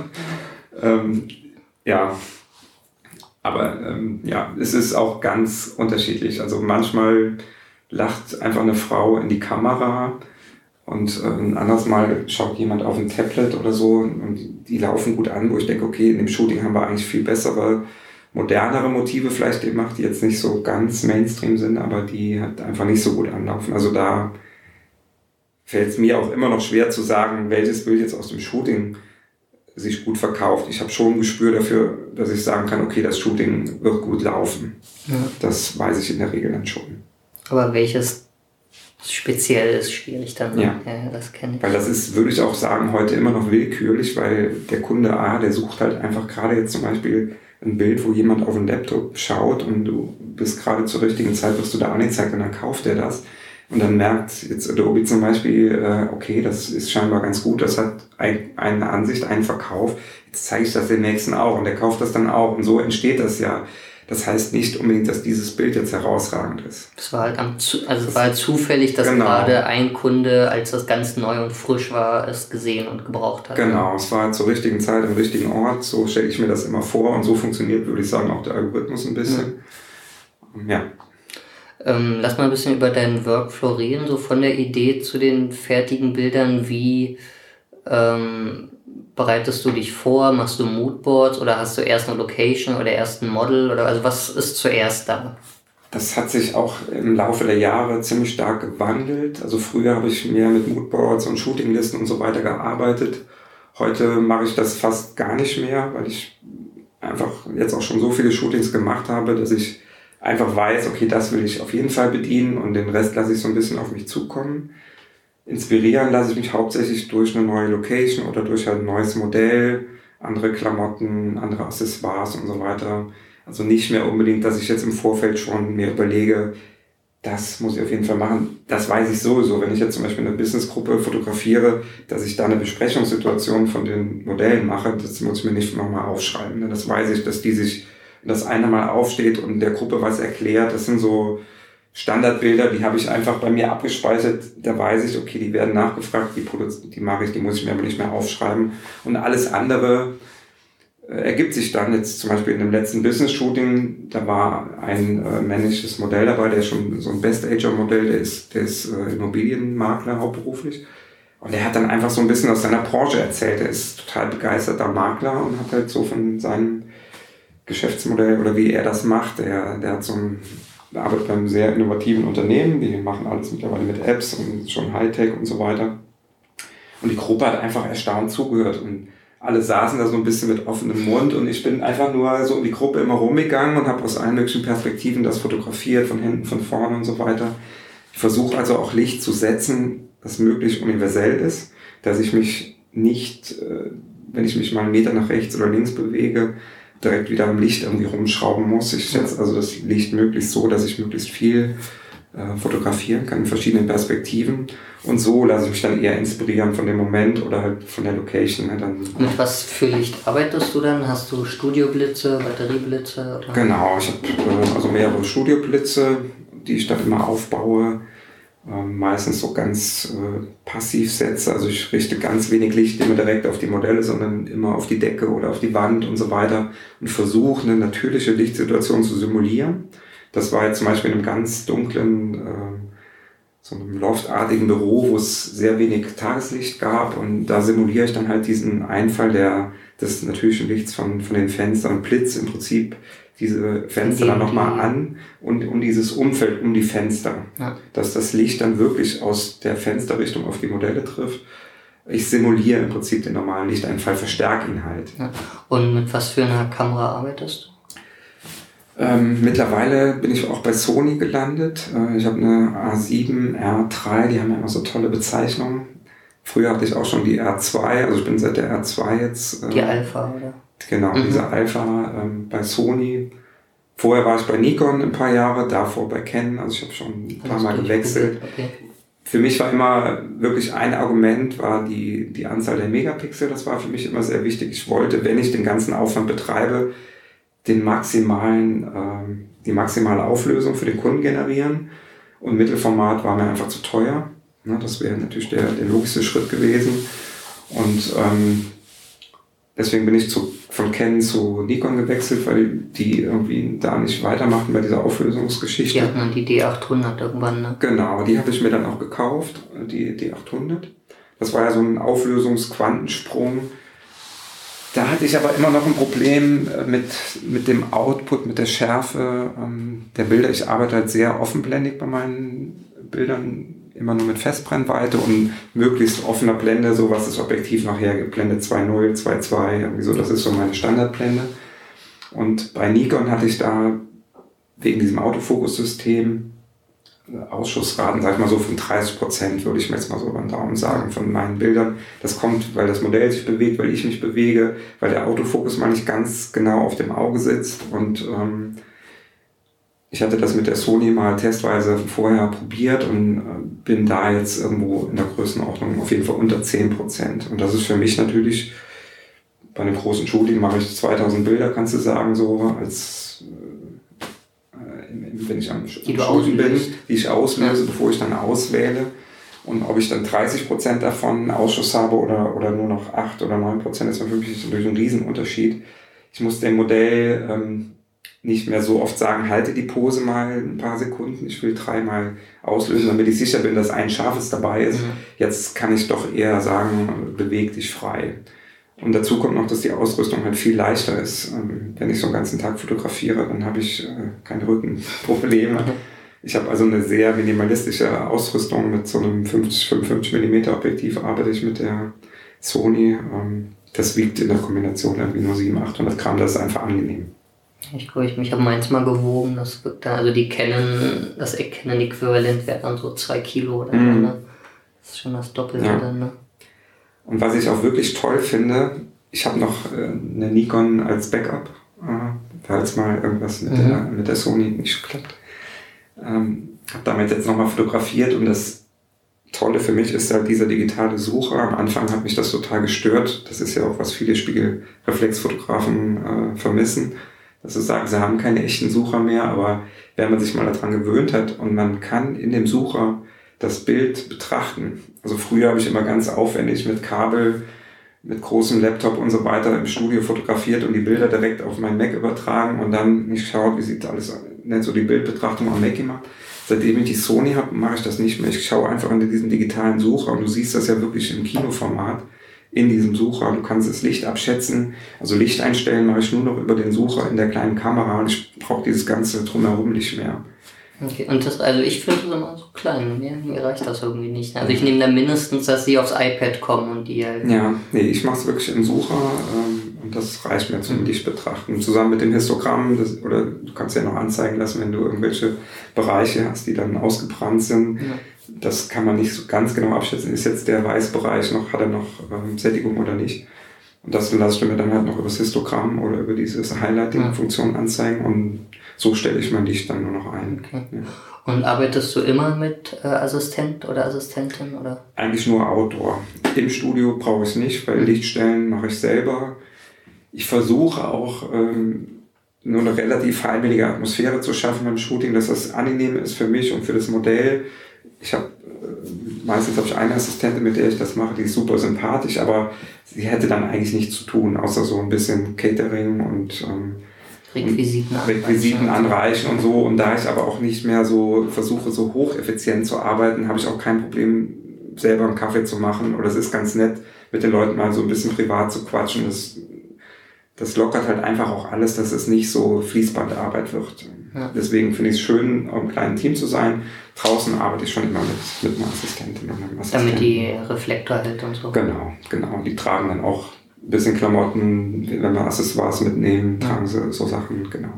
Es ist auch ganz unterschiedlich. Also manchmal lacht einfach eine Frau in die Kamera und ein anderes Mal schaut jemand auf ein Tablet oder so und die laufen gut an, wo ich denke, okay, in dem Shooting haben wir eigentlich viel bessere, modernere Motive vielleicht gemacht, die jetzt nicht so ganz Mainstream sind, aber die halt einfach nicht so gut anlaufen. Also da fällt es mir auch immer noch schwer zu sagen, welches Bild jetzt aus dem Shooting sich gut verkauft. Ich habe schon ein Gespür dafür, dass ich sagen kann, okay, das Shooting wird gut laufen. Ja. Das weiß ich in der Regel dann schon. Aber welches speziell ist schwierig dann. Ja, das kenne ich. Weil das ist, würde ich auch sagen, heute immer noch willkürlich, weil der Kunde der sucht halt einfach gerade jetzt zum Beispiel ein Bild, wo jemand auf den Laptop schaut und du bist gerade zur richtigen Zeit, wirst du da angezeigt und dann kauft er das. Und dann merkt jetzt Adobe zum Beispiel, okay, das ist scheinbar ganz gut, das hat eine Ansicht, einen Verkauf, jetzt zeige ich das den nächsten auch und der kauft das dann auch und so entsteht das ja. Das heißt nicht unbedingt, dass dieses Bild jetzt herausragend ist. Das war halt zufällig, dass gerade ein Kunde, als das ganz neu und frisch war, es gesehen und gebraucht hat. Genau, es war zur richtigen Zeit am richtigen Ort, so stelle ich mir das immer vor und so funktioniert, würde ich sagen, auch der Algorithmus ein bisschen. Ja. Lass mal ein bisschen über deinen Workflow reden, so von der Idee zu den fertigen Bildern. Wie bereitest du dich vor? Machst du Moodboards oder hast du erst eine Location oder erst ein Model? Also was ist zuerst da? Das hat sich auch im Laufe der Jahre ziemlich stark gewandelt. Also früher habe ich mehr mit Moodboards und Shootinglisten und so weiter gearbeitet. Heute mache ich das fast gar nicht mehr, weil ich einfach jetzt auch schon so viele Shootings gemacht habe, dass ich einfach weiß, okay, das will ich auf jeden Fall bedienen und den Rest lasse ich so ein bisschen auf mich zukommen. Inspirieren lasse ich mich hauptsächlich durch eine neue Location oder durch ein neues Modell, andere Klamotten, andere Accessoires und so weiter. Also nicht mehr unbedingt, dass ich jetzt im Vorfeld schon mir überlege, das muss ich auf jeden Fall machen. Das weiß ich sowieso. Wenn ich jetzt zum Beispiel eine Businessgruppe fotografiere, dass ich da eine Besprechungssituation von den Modellen mache, das muss ich mir nicht nochmal aufschreiben. Das weiß ich, dass die sich, dass einer mal aufsteht und der Gruppe was erklärt. Das sind so Standardbilder, die habe ich einfach bei mir abgespeichert. Da weiß ich, okay, die werden nachgefragt, die mache ich, die muss ich mir aber nicht mehr aufschreiben. Und alles andere ergibt sich dann jetzt zum Beispiel in dem letzten Business-Shooting, da war ein männliches Modell dabei, der ist schon so ein Best-Ager-Modell, der ist Immobilienmakler hauptberuflich. Und der hat dann einfach so ein bisschen aus seiner Branche erzählt. Er ist total begeisterter Makler und hat halt so von seinem Geschäftsmodell oder wie er das macht, der hat arbeitet bei einem sehr innovativen Unternehmen, die machen alles mittlerweile mit Apps und schon Hightech und so weiter. Und die Gruppe hat einfach erstaunt zugehört und alle saßen da so ein bisschen mit offenem Mund und ich bin einfach nur so in die Gruppe immer rumgegangen und habe aus allen möglichen Perspektiven das fotografiert, von hinten, von vorne und so weiter. Ich versuche also auch Licht zu setzen, das möglichst universell ist, dass ich mich nicht, wenn ich mich mal einen Meter nach rechts oder links bewege, direkt wieder am Licht irgendwie rumschrauben muss. Ich setze also das Licht möglichst so, dass ich möglichst viel fotografieren kann in verschiedenen Perspektiven. Und so lasse ich mich dann eher inspirieren von dem Moment oder halt von der Location. Dann mit was für Licht arbeitest du dann? Hast du Studioblitze, Batterieblitze? Oder? Genau, ich habe also mehrere Studioblitze, die ich dann immer aufbaue. Meistens so ganz passiv setze. Also ich richte ganz wenig Licht immer direkt auf die Modelle, sondern immer auf die Decke oder auf die Wand und so weiter und versuche eine natürliche Lichtsituation zu simulieren. Das war jetzt zum Beispiel in einem ganz dunklen, so einem loftartigen Büro, wo es sehr wenig Tageslicht gab und da simuliere ich dann halt diesen Einfall des natürlichen Lichts von den Fenstern und blitz im Prinzip diese Fenster dann nochmal an und um dieses Umfeld, um die Fenster, dass das Licht dann wirklich aus der Fensterrichtung auf die Modelle trifft. Ich simuliere im Prinzip den normalen Lichteinfall, verstärke ihn halt. Ja. Und mit was für einer Kamera arbeitest du? Mittlerweile bin ich auch bei Sony gelandet. Ich habe eine A7 R3, die haben ja immer so tolle Bezeichnungen. Früher hatte ich auch schon die R2, also ich bin seit der R2 jetzt. Die Alpha, oder? Genau, diese Alpha bei Sony. Vorher war ich bei Nikon ein paar Jahre, davor bei Canon, also ich habe schon ein paar Mal gewechselt. Okay. Für mich war immer wirklich ein Argument, war die Anzahl der Megapixel, das war für mich immer sehr wichtig. Ich wollte, wenn ich den ganzen Aufwand betreibe, die maximale Auflösung für den Kunden generieren und Mittelformat war mir einfach zu teuer. Das wäre natürlich der logischste Schritt gewesen und deswegen bin ich von Canon zu Nikon gewechselt, weil die irgendwie da nicht weitermachten bei dieser Auflösungsgeschichte. Die hatten die D800 irgendwann, ne? Genau, die habe ich mir dann auch gekauft, die D800. Das war ja so ein Auflösungsquantensprung. Da hatte ich aber immer noch ein Problem mit dem Output, mit der Schärfe der Bilder. Ich arbeite halt sehr offenblendig bei meinen Bildern, immer nur mit Festbrennweite und möglichst offener Blende, so was das Objektiv nachher gibt. Blende 2.0, 2.2, irgendwie so, das ist so meine Standardblende. Und bei Nikon hatte ich da wegen diesem Autofokussystem Ausschussraten, sag ich mal so, von 30%, würde ich mir jetzt mal so über den Daumen sagen, von meinen Bildern. Das kommt, weil das Modell sich bewegt, weil ich mich bewege, weil der Autofokus mal nicht ganz genau auf dem Auge sitzt. Und ich hatte das mit der Sony mal testweise vorher probiert und bin da jetzt irgendwo in der Größenordnung auf jeden Fall unter 10%. Und das ist für mich natürlich, bei einem großen Shooting mache ich 2000 Bilder, kannst du sagen, so als wenn ich am Shooten bin, die ich auslöse, bevor ich dann auswähle. Und ob ich dann 30% davon Ausschuss habe oder nur noch 8 oder 9%, ist für mich natürlich ein Riesenunterschied. Ich muss dem Modell nicht mehr so oft sagen, halte die Pose mal ein paar Sekunden. Ich will 3-mal auslösen, damit ich sicher bin, dass ein scharfes dabei ist. Jetzt kann ich doch eher sagen, beweg dich frei. Und dazu kommt noch, dass die Ausrüstung halt viel leichter ist. Wenn ich so einen ganzen Tag fotografiere, dann habe ich keine Rückenprobleme. Ich habe also eine sehr minimalistische Ausrüstung mit so einem 50-55 mm Objektiv, arbeite ich mit der Sony. Das wiegt in der Kombination irgendwie nur 700-800 Gramm, das ist einfach angenehm. Ich habe meins mal gewogen, das wirkt dann, also das Canon-Äquivalent wäre dann so 2 Kilo oder so, ne? Das ist schon das Doppelte dann, ne? Und was ich auch wirklich toll finde, ich habe noch eine Nikon als Backup falls mal irgendwas mit der Sony nicht klappt. Habe damit jetzt nochmal fotografiert und das Tolle für mich ist halt dieser digitale Sucher. Am Anfang hat mich das total gestört. Das ist ja auch, was viele Spiegelreflexfotografen vermissen. Dass sie sagen, sie haben keine echten Sucher mehr, aber wenn man sich mal daran gewöhnt hat und man kann in dem Sucher das Bild betrachten. Also früher habe ich immer ganz aufwendig mit Kabel, mit großem Laptop und so weiter im Studio fotografiert und die Bilder direkt auf mein Mac übertragen und dann nicht geschaut, wie sieht alles, nicht so die Bildbetrachtung am Mac gemacht. Seitdem ich die Sony habe, mache ich das nicht mehr. Ich schaue einfach in diesen digitalen Sucher und du siehst das ja wirklich im Kinoformat in diesem Sucher. Du kannst das Licht abschätzen, also Licht einstellen mache ich nur noch über den Sucher in der kleinen Kamera und ich brauche dieses ganze Drumherum nicht mehr. Okay, und das, also ich finde es immer so klein, mir reicht das irgendwie nicht. Also ich nehme da mindestens, dass sie aufs iPad kommen und die halt... Ja, nee, ich mache es wirklich im Sucher und das reicht mir zum Lichtbetrachten. Zusammen mit dem Histogramm, oder du kannst ja noch anzeigen lassen, wenn du irgendwelche Bereiche hast, die dann ausgebrannt sind. Ja. Das kann man nicht so ganz genau abschätzen. Ist jetzt der Weißbereich noch, hat er noch Sättigung oder nicht? Und das lasse ich mir dann halt noch über das Histogramm oder über diese Highlighting-Funktion anzeigen und so stelle ich mein Licht dann nur noch ein. Okay. Ja. Und arbeitest du immer mit Assistent oder Assistentin? Oder? Eigentlich nur Outdoor. Im Studio brauche ich es nicht, weil Lichtstellen mache ich selber. Ich versuche auch nur eine relativ heimelige Atmosphäre zu schaffen beim Shooting, dass das angenehm ist für mich und für das Modell. Meistens habe ich eine Assistentin, mit der ich das mache, die ist super sympathisch, aber sie hätte dann eigentlich nichts zu tun, außer so ein bisschen Catering und Requisiten anreichen und so. Und da ich aber auch nicht mehr so versuche, so hocheffizient zu arbeiten, habe ich auch kein Problem, selber einen Kaffee zu machen. Oder es ist ganz nett, mit den Leuten mal so ein bisschen privat zu quatschen. Das lockert halt einfach auch alles, dass es nicht so Fließbandarbeit wird. Ja. Deswegen finde ich es schön, im kleinen Team zu sein. Draußen arbeite ich schon immer mit einer Assistentin und einem Assistenten. Damit die Reflektor hält und so. Genau. Die tragen dann auch ein bisschen Klamotten, wenn wir Accessoires mitnehmen, tragen sie so Sachen, genau.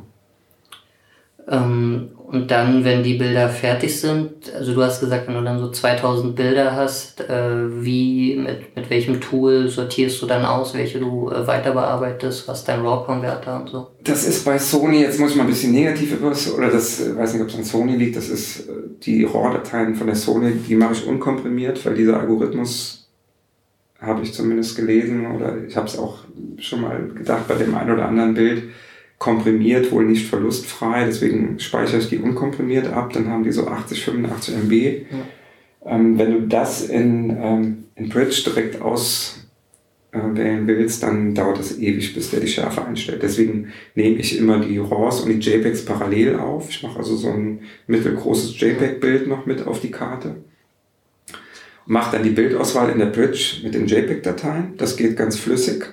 Und dann, wenn die Bilder fertig sind, also du hast gesagt, wenn du dann so 2000 Bilder hast, mit welchem Tool sortierst du dann aus, welche du weiter bearbeitest, was dein RAW-Konverter und so? Das ist bei Sony, jetzt muss ich mal ein bisschen negativ oder das, weiß nicht, ob es an Sony liegt, das ist die RAW-Dateien von der Sony, die mache ich unkomprimiert, weil dieser Algorithmus, habe ich zumindest gelesen oder ich habe es auch schon mal gedacht bei dem einen oder anderen Bild, komprimiert, wohl nicht verlustfrei, deswegen speichere ich die unkomprimiert ab, dann haben die so 80, 85 MB. Ja. Wenn du das in Bridge direkt auswählen willst, dann dauert das ewig, bis der die Schärfe einstellt. Deswegen nehme ich immer die RAWs und die JPEGs parallel auf. Ich mache also so ein mittelgroßes JPEG-Bild noch mit auf die Karte. Mache dann die Bildauswahl in der Bridge mit den JPEG-Dateien. Das geht ganz flüssig.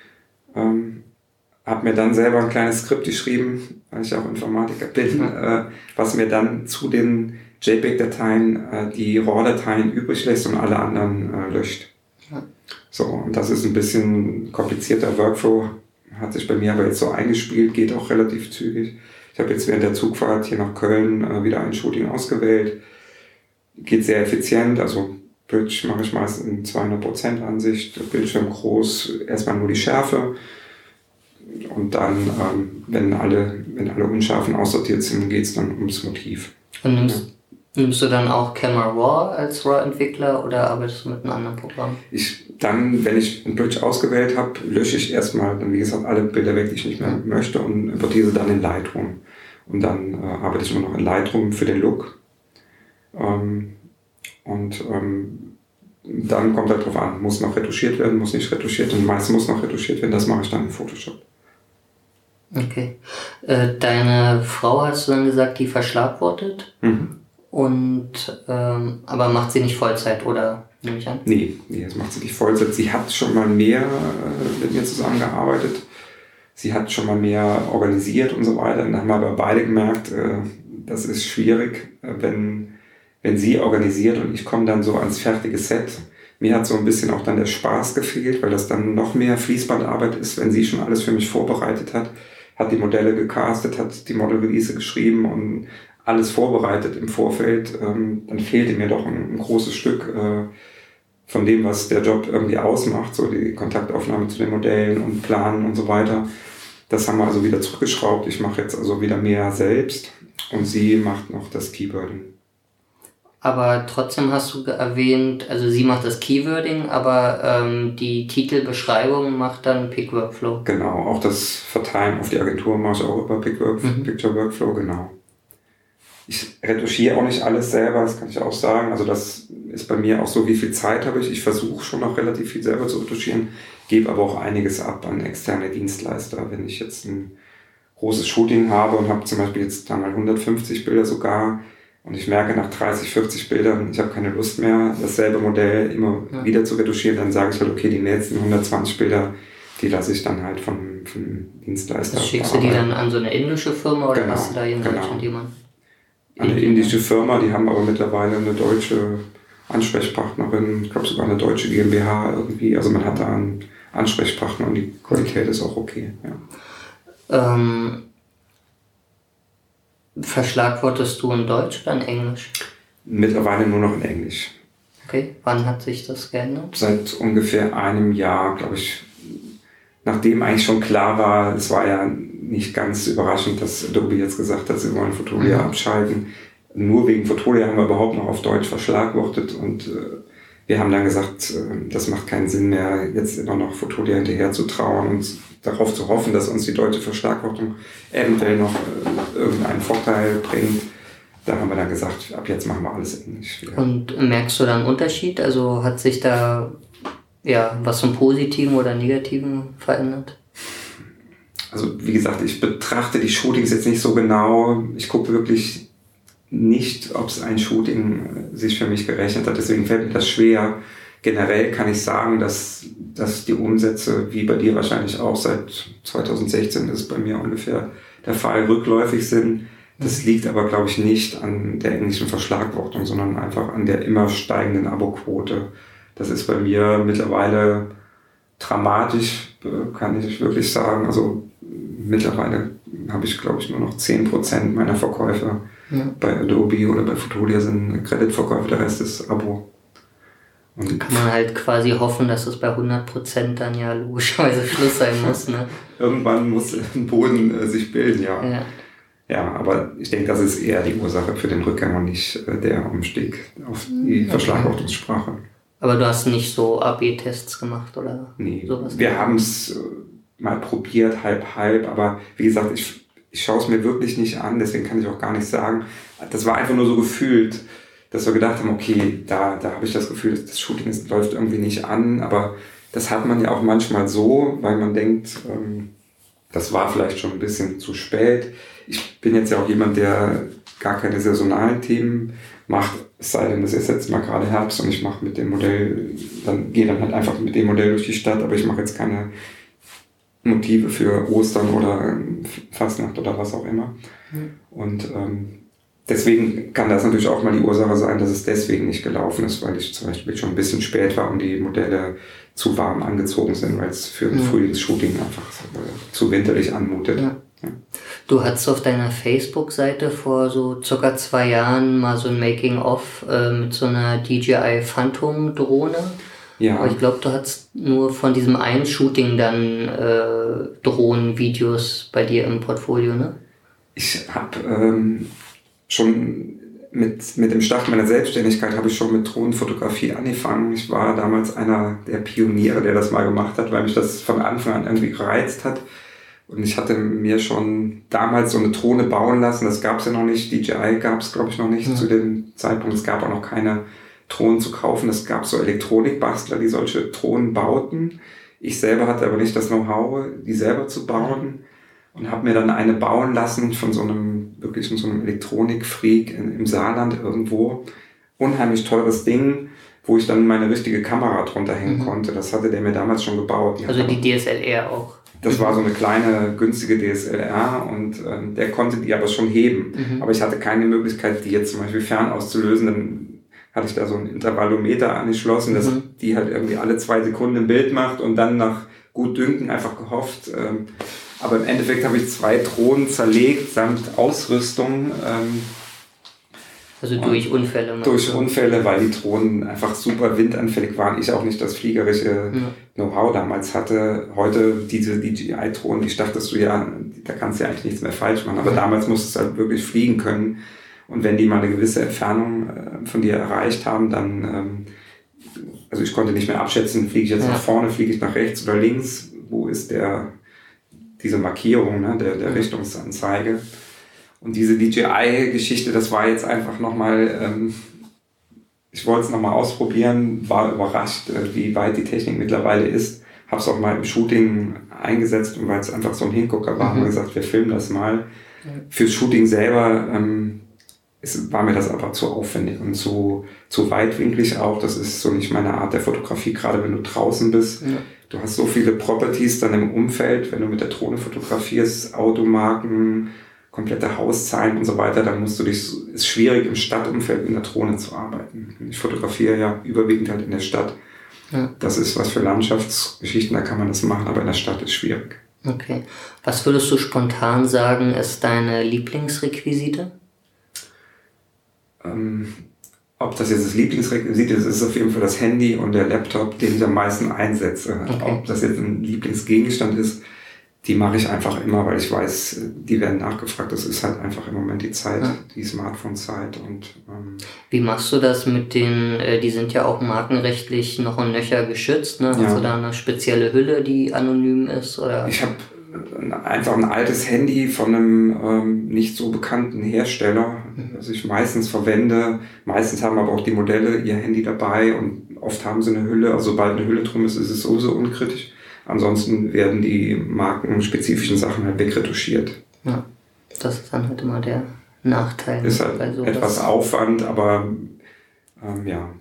Habe mir dann selber ein kleines Skript geschrieben, weil ich auch Informatiker bin, was mir dann zu den JPEG-Dateien die RAW-Dateien übrig lässt und alle anderen löscht. Ja. So, und das ist ein bisschen komplizierter Workflow, hat sich bei mir aber jetzt so eingespielt, geht auch relativ zügig. Ich habe jetzt während der Zugfahrt hier nach Köln wieder ein Shooting ausgewählt. Geht sehr effizient, also Bridge mache ich meist in 200% Ansicht, Bildschirm groß, erstmal nur die Schärfe. Und dann, wenn alle Unschärfen aussortiert sind, geht es dann ums Motiv. Und nimmst du dann auch Camera Raw als RAW-Entwickler oder arbeitest du mit einem anderen Programm? Wenn ich ein Bridge ausgewählt habe, lösche ich erstmal, dann wie gesagt, alle Bilder weg, die ich nicht mehr möchte und importiere sie dann in Lightroom. Und dann arbeite ich nur noch in Lightroom für den Look. Dann kommt halt drauf an, muss noch retuschiert werden, muss nicht retuschiert werden, meistens muss noch retuschiert werden, das mache ich dann in Photoshop. Okay. Deine Frau, hast du dann gesagt, die verschlagwortet? Und aber macht sie nicht Vollzeit, oder nehme ich an? Nee, das macht sie nicht Vollzeit. Sie hat schon mal mehr mit mir zusammengearbeitet. Sie hat schon mal mehr organisiert und so weiter. Dann haben wir aber beide gemerkt, das ist schwierig, wenn sie organisiert und ich komme dann so ans fertige Set. Mir hat so ein bisschen auch dann der Spaß gefehlt, weil das dann noch mehr Fließbandarbeit ist, wenn sie schon alles für mich vorbereitet hat die Modelle gecastet, hat die Model-Release geschrieben und alles vorbereitet im Vorfeld. Dann fehlte mir doch ein großes Stück von dem, was der Job irgendwie ausmacht, so die Kontaktaufnahme zu den Modellen und Planen und so weiter. Das haben wir also wieder zurückgeschraubt. Ich mache jetzt also wieder mehr selbst und sie macht noch das Keywording. Aber trotzdem hast du erwähnt, also sie macht das Keywording, aber die Titelbeschreibung macht dann PicWorkflow. Genau, auch das Verteilen auf die Agentur mache ich auch über Picture Workflow, genau. Ich retuschiere auch nicht alles selber, das kann ich auch sagen. Also das ist bei mir auch so, wie viel Zeit habe ich. Ich versuche schon noch relativ viel selber zu retuschieren, gebe aber auch einiges ab an externe Dienstleister. Wenn ich jetzt ein großes Shooting habe und habe zum Beispiel jetzt dann mal 150 Bilder sogar und ich merke nach 30, 40 Bildern, ich habe keine Lust mehr, dasselbe Modell immer wieder zu retuschieren, dann sage ich halt, okay, die nächsten 120 Bilder, die lasse ich dann halt vom Dienstleister. Das schickst du die dann an so eine indische Firma oder hast du da in Deutschland jemanden? Eine indische Firma, die haben aber mittlerweile eine deutsche Ansprechpartnerin, ich glaube sogar eine deutsche GmbH irgendwie. Also man hat da einen Ansprechpartner und die Qualität ist auch okay. Ja. Verschlagwortest du in Deutsch oder in Englisch? Mittlerweile nur noch in Englisch. Okay, wann hat sich das geändert? Seit ungefähr einem Jahr, glaube ich, nachdem eigentlich schon klar war, es war ja nicht ganz überraschend, dass Adobe jetzt gesagt hat, sie wollen Fotolia abschalten. Nur wegen Fotolia haben wir überhaupt noch auf Deutsch verschlagwortet und wir haben dann gesagt, das macht keinen Sinn mehr, jetzt immer noch Fotolia hinterher zu trauern und darauf zu hoffen, dass uns die deutsche Verschlagwortung eventuell noch irgendeinen Vorteil bringt. Da haben wir dann gesagt, ab jetzt machen wir alles Englisch. Ja. Und merkst du da einen Unterschied? Also hat sich da was zum Positiven oder Negativen verändert? Also wie gesagt, ich betrachte die Shootings jetzt nicht so genau. Ich gucke wirklich nicht, ob es ein Shooting sich für mich gerechnet hat. Deswegen fällt mir das schwer. Generell kann ich sagen, dass die Umsätze, wie bei dir wahrscheinlich auch seit 2016, ist bei mir ungefähr der Fall, rückläufig sind. Das liegt aber, glaube ich, nicht an der englischen Verschlagwortung, sondern einfach an der immer steigenden Aboquote. Das ist bei mir mittlerweile dramatisch, kann ich wirklich sagen. Also mittlerweile habe ich, glaube ich, nur noch 10% meiner Verkäufe bei Adobe oder bei Fotolia sind Kreditverkäufe, der Rest ist Abo. Und kann man halt quasi hoffen, dass es bei 100% dann ja logischerweise Schluss sein muss. Ne? Irgendwann muss ein Boden sich bilden, ja. Ja, aber ich denke, das ist eher die Ursache für den Rückgang und nicht der Umstieg auf die Verschlagwortungssprache. Aber du hast nicht so AB-Tests gemacht oder sowas? Wir haben es mal probiert, halb, aber wie gesagt, ich schaue es mir wirklich nicht an, deswegen kann ich auch gar nicht sagen. Das war einfach nur so gefühlt, dass wir gedacht haben, okay, da habe ich das Gefühl, das Shooting läuft irgendwie nicht an, aber das hat man ja auch manchmal so, weil man denkt, das war vielleicht schon ein bisschen zu spät. Ich bin jetzt ja auch jemand, der gar keine saisonalen Themen macht, es sei denn, es ist jetzt mal gerade Herbst und ich mache mit dem Modell, gehe dann halt einfach mit dem Modell durch die Stadt, aber ich mache jetzt keine Motive für Ostern oder Fastnacht oder was auch immer. Und deswegen kann das natürlich auch mal die Ursache sein, dass es deswegen nicht gelaufen ist, weil ich zum Beispiel schon ein bisschen spät war und die Modelle zu warm angezogen sind, weil es für ein Frühlingsshooting einfach zu winterlich anmutet. Ja. Du hattest auf deiner Facebook-Seite vor so circa 2 Jahren mal so ein Making-of mit so einer DJI Phantom-Drohne. Ja. Aber ich glaube, du hattest nur von diesem einen Shooting dann Drohnenvideos bei dir im Portfolio, ne? Ich habe schon mit dem Start meiner Selbstständigkeit habe ich schon mit Drohnenfotografie angefangen. Ich war damals einer der Pioniere, der das mal gemacht hat, weil mich das von Anfang an irgendwie gereizt hat. Und ich hatte mir schon damals so eine Drohne bauen lassen. Das gab es ja noch nicht. DJI gab es, glaube ich, noch nicht zu dem Zeitpunkt. Es gab auch noch keine Drohnen zu kaufen. Es gab so Elektronikbastler, die solche Drohnen bauten. Ich selber hatte aber nicht das Know-how, die selber zu bauen. Und habe mir dann eine bauen lassen von so einem Elektronikfreak im Saarland irgendwo. Unheimlich teures Ding, wo ich dann meine richtige Kamera drunter hängen konnte. Das hatte der mir damals schon gebaut. Also die DSLR auch? Das war so eine kleine, günstige DSLR und der konnte die aber schon heben. Aber ich hatte keine Möglichkeit, die jetzt zum Beispiel fern auszulösen. Dann hatte ich da so einen Intervallometer angeschlossen, dass die halt irgendwie alle 2 Sekunden ein Bild macht und dann nach Gutdünken einfach gehofft. Aber im Endeffekt habe ich 2 Drohnen zerlegt samt Ausrüstung. Also durch Unfälle? Durch Unfälle, weil die Drohnen einfach super windanfällig waren. Ich auch nicht das fliegerische Know-how damals hatte. Heute diese DJI-Drohnen, die dachtest du ja, da kannst du ja eigentlich nichts mehr falsch machen. Aber damals musstest du halt wirklich fliegen können. Und wenn die mal eine gewisse Entfernung von dir erreicht haben, dann, also ich konnte nicht mehr abschätzen, fliege ich jetzt nach vorne, fliege ich nach rechts oder links, wo ist diese Markierung, ne, der Richtungsanzeige. Und diese DJI-Geschichte, das war jetzt einfach nochmal, ich wollte es nochmal ausprobieren, war überrascht, wie weit die Technik mittlerweile ist. Habe es auch mal im Shooting eingesetzt, und weil es einfach so ein Hingucker war, haben wir gesagt, wir filmen das mal. Fürs Shooting selber war mir das einfach zu aufwendig und zu weitwinklig auch. Das ist so nicht meine Art der Fotografie, gerade wenn du draußen bist. Ja. Du hast so viele Properties dann im Umfeld, wenn du mit der Drohne fotografierst, Automarken, komplette Hauszahlen und so weiter, dann ist schwierig im Stadtumfeld mit der Drohne zu arbeiten. Ich fotografiere ja überwiegend halt in der Stadt. Ja. Das ist was für Landschaftsgeschichten, da kann man das machen, aber in der Stadt ist schwierig. Okay. Was würdest du spontan sagen, ist deine Lieblingsrequisite? Ob das jetzt das Lieblingsrequisite ist, ist auf jeden Fall das Handy und der Laptop, den ich am meisten einsetze. Okay. Ob das jetzt ein Lieblingsgegenstand ist, die mache ich einfach immer, weil ich weiß, die werden nachgefragt. Das ist halt einfach im Moment die Zeit, die Smartphone-Zeit. Wie machst du das mit die sind ja auch markenrechtlich noch und nöcher geschützt, ne? Hast du da eine spezielle Hülle, die anonym ist? Oder? Ich habe einfach ein altes Handy von einem nicht so bekannten Hersteller, das ich meistens verwende. Meistens haben aber auch die Modelle ihr Handy dabei und oft haben sie eine Hülle. Also sobald eine Hülle drum ist, ist es sowieso unkritisch. Ansonsten werden die markenspezifischen Sachen halt wegretuschiert. Ja, das ist dann halt immer der Nachteil. Ist halt etwas Aufwand, aber ja.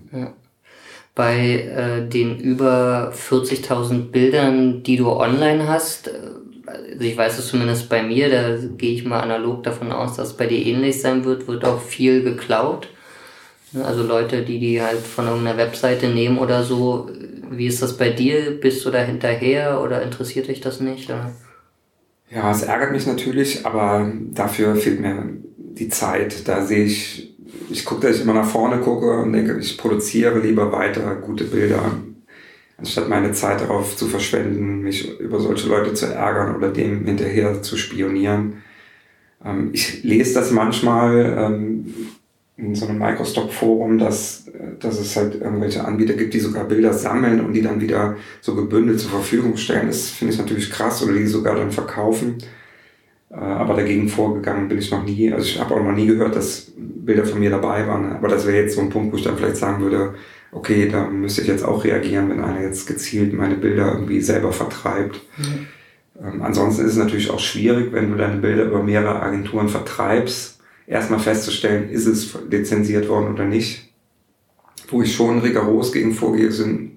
Bei den über 40.000 Bildern, die du online hast, also ich weiß es zumindest bei mir, da gehe ich mal analog davon aus, dass es bei dir ähnlich sein wird auch viel geklaut. Also Leute, die halt von irgendeiner Webseite nehmen oder so. Wie ist das bei dir? Bist du da hinterher oder interessiert dich das nicht? Oder? Ja, es ärgert mich natürlich, aber dafür fehlt mir die Zeit. Da sehe ich gucke, dass ich immer nach vorne gucke und denke, ich produziere lieber weiter gute Bilder, anstatt meine Zeit darauf zu verschwenden, mich über solche Leute zu ärgern oder dem hinterher zu spionieren. Ich lese das manchmal in so einem Microstock-Forum, dass es halt irgendwelche Anbieter gibt, die sogar Bilder sammeln und die dann wieder so gebündelt zur Verfügung stellen. Das finde ich natürlich krass, oder die sogar dann verkaufen. Aber dagegen vorgegangen bin ich noch nie. Also ich habe auch noch nie gehört, dass Bilder von mir dabei waren. Aber das wäre jetzt so ein Punkt, wo ich dann vielleicht sagen würde, okay, da müsste ich jetzt auch reagieren, wenn einer jetzt gezielt meine Bilder irgendwie selber vertreibt. Ansonsten ist es natürlich auch schwierig, wenn du deine Bilder über mehrere Agenturen vertreibst, erstmal festzustellen, ist es lizenziert worden oder nicht. Wo ich schon rigoros gegen vorgehe, sind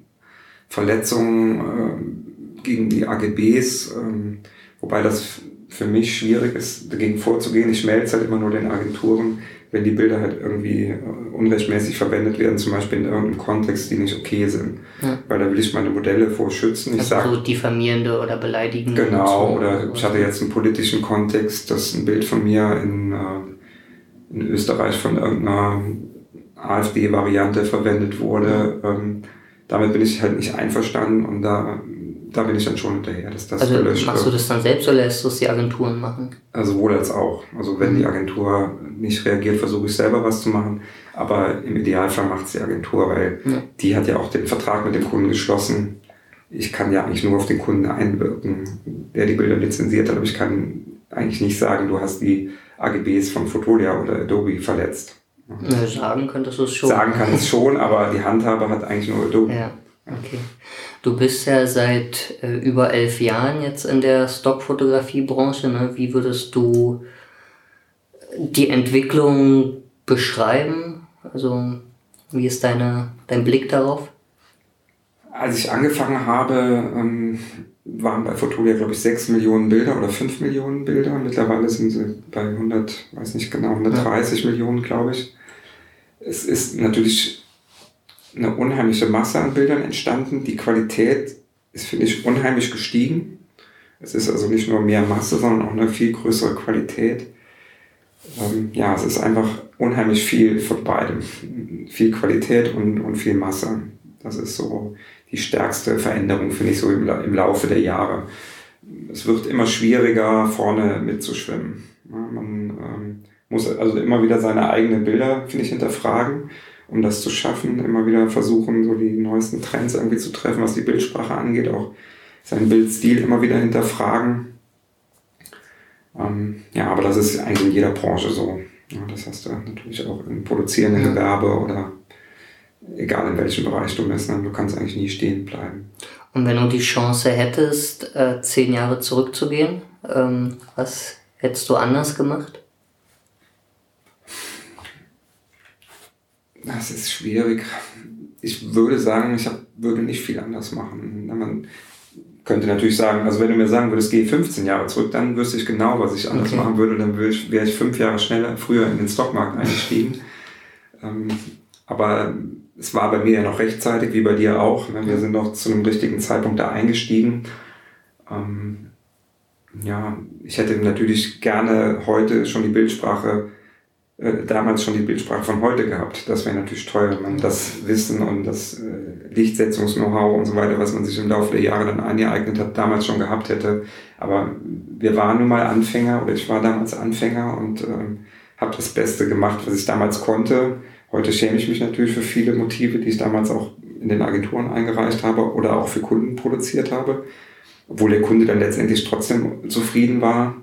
Verletzungen gegen die AGBs, wobei das für mich schwierig ist, dagegen vorzugehen. Ich melde es halt immer nur den Agenturen, wenn die Bilder halt irgendwie unrechtmäßig verwendet werden, zum Beispiel in irgendeinem Kontext, die nicht okay sind. Ja. Weil da will ich meine Modelle vor schützen. Ich sage so diffamierende oder beleidigende. Genau, so, oder ich hatte jetzt einen politischen Kontext, dass ein Bild von mir in Österreich von irgendeiner AfD-Variante verwendet wurde. Damit bin ich halt nicht einverstanden und da bin ich dann schon hinterher, dass das also gelöscht wird. Machst du das dann selbst oder lässt du es die Agenturen machen? Also sowohl als auch. Also wenn die Agentur nicht reagiert, versuche ich selber was zu machen. Aber im Idealfall macht es die Agentur, weil die hat ja auch den Vertrag mit dem Kunden geschlossen. Ich kann ja eigentlich nur auf den Kunden einwirken, der die Bilder lizenziert hat. Aber ich kann eigentlich nicht sagen, du hast die AGBs von Fotolia oder Adobe verletzt. Ja, sagen könntest du es schon. Sagen kann es schon, aber die Handhabe hat eigentlich nur Adobe. Ja, okay. Du bist ja seit über 11 Jahren jetzt in der Stockfotografiebranche. Ne? Wie würdest du die Entwicklung beschreiben? Also wie ist dein Blick darauf? Als ich angefangen habe, waren bei Fotolia, glaube ich, 6 Millionen Bilder oder 5 Millionen Bilder. Mittlerweile sind sie bei 130 Millionen, glaube ich. Es ist natürlich eine unheimliche Masse an Bildern entstanden. Die Qualität ist, finde ich, unheimlich gestiegen. Es ist also nicht nur mehr Masse, sondern auch eine viel größere Qualität. Es ist einfach unheimlich viel von beidem. Viel Qualität und viel Masse. Das ist so die stärkste Veränderung, finde ich, so im Laufe der Jahre. Es wird immer schwieriger, vorne mitzuschwimmen. Ja, man muss also immer wieder seine eigenen Bilder, finde ich, hinterfragen, um das zu schaffen. Immer wieder versuchen, so die neuesten Trends irgendwie zu treffen, was die Bildsprache angeht. Auch seinen Bildstil immer wieder hinterfragen. Ja, aber das ist eigentlich in jeder Branche so. Ja, das hast du natürlich auch im produzierenden Gewerbe oder egal in welchem Bereich du bist, du kannst eigentlich nie stehen bleiben. Und wenn du die Chance hättest, 10 Jahre zurückzugehen, was hättest du anders gemacht? Das ist schwierig. Ich würde sagen, würde nicht viel anders machen. Man könnte natürlich sagen, also wenn du mir sagen würdest, geh 15 Jahre zurück, dann wüsste ich genau, was ich anders machen würde. Dann wäre ich 5 Jahre früher in den Stockmarkt eingestiegen. Aber es war bei mir ja noch rechtzeitig, wie bei dir auch. Wir sind noch zu einem richtigen Zeitpunkt da eingestiegen. Ja, ich hätte natürlich gerne heute schon die Bildsprache, damals schon die Bildsprache von heute gehabt. Das wäre natürlich toll, wenn man das Wissen und das Lichtsetzungs-Know-how und so weiter, was man sich im Laufe der Jahre dann angeeignet hat, damals schon gehabt hätte. Aber wir waren nun mal Anfänger, oder ich war damals Anfänger und habe das Beste gemacht, was ich damals konnte. Heute schäme ich mich natürlich für viele Motive, die ich damals auch in den Agenturen eingereicht habe oder auch für Kunden produziert habe, obwohl der Kunde dann letztendlich trotzdem zufrieden war.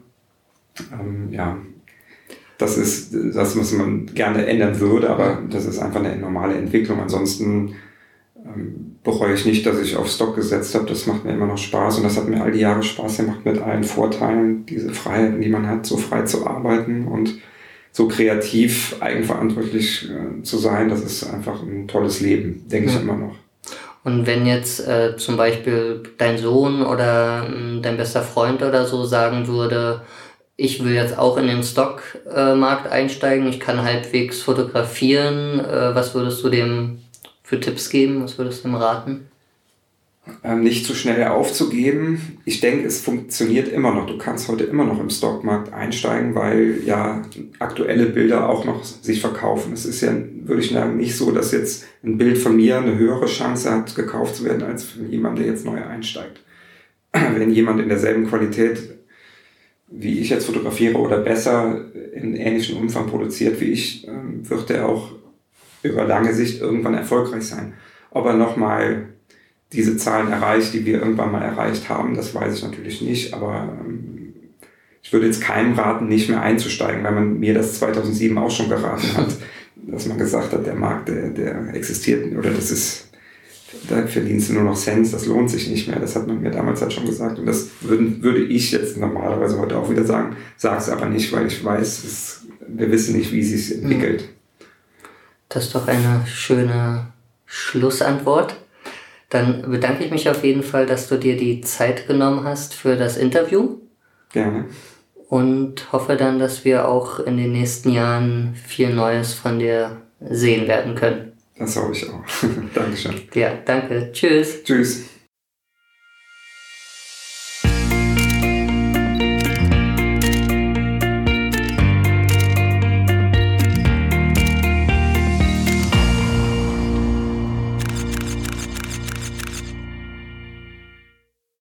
Ja, das ist das, was man gerne ändern würde, aber das ist einfach eine normale Entwicklung. Ansonsten bereue ich nicht, dass ich auf Stock gesetzt habe. Das macht mir immer noch Spaß und das hat mir all die Jahre Spaß gemacht mit allen Vorteilen, diese Freiheiten, die man hat, so frei zu arbeiten und so kreativ, eigenverantwortlich zu sein. Das ist einfach ein tolles Leben, denke ich immer noch. Und wenn jetzt zum Beispiel dein Sohn oder dein bester Freund oder so sagen würde, ich will jetzt auch in den Stockmarkt einsteigen, ich kann halbwegs fotografieren, was würdest du dem für Tipps geben? Was würdest du ihm raten? Nicht zu schnell aufzugeben. Ich denke, es funktioniert immer noch. Du kannst heute immer noch im Stockmarkt einsteigen, weil ja aktuelle Bilder auch noch sich verkaufen. Es ist ja, würde ich sagen, nicht so, dass jetzt ein Bild von mir eine höhere Chance hat, gekauft zu werden, als von jemandem, der jetzt neu einsteigt. Wenn jemand in derselben Qualität, wie ich jetzt fotografiere oder besser in ähnlichem Umfang produziert wie ich, wird er auch über lange Sicht irgendwann erfolgreich sein. Ob er nochmal diese Zahlen erreicht, die wir irgendwann mal erreicht haben, das weiß ich natürlich nicht, aber ich würde jetzt keinem raten, nicht mehr einzusteigen, weil man mir das 2007 auch schon geraten hat, dass man gesagt hat, der Markt, der existiert, oder das ist, da verdienst du nur noch Cents, das lohnt sich nicht mehr, das hat man mir damals halt schon gesagt und das würde ich jetzt normalerweise heute auch wieder sagen, sag's aber nicht, weil ich weiß, wir wissen nicht, wie es sich entwickelt. Das ist doch eine schöne Schlussantwort. Dann bedanke ich mich auf jeden Fall, dass du dir die Zeit genommen hast für das Interview. Gerne. Und hoffe dann, dass wir auch in den nächsten Jahren viel Neues von dir sehen werden können. Das hoffe ich auch. Dankeschön. Ja, danke. Tschüss. Tschüss.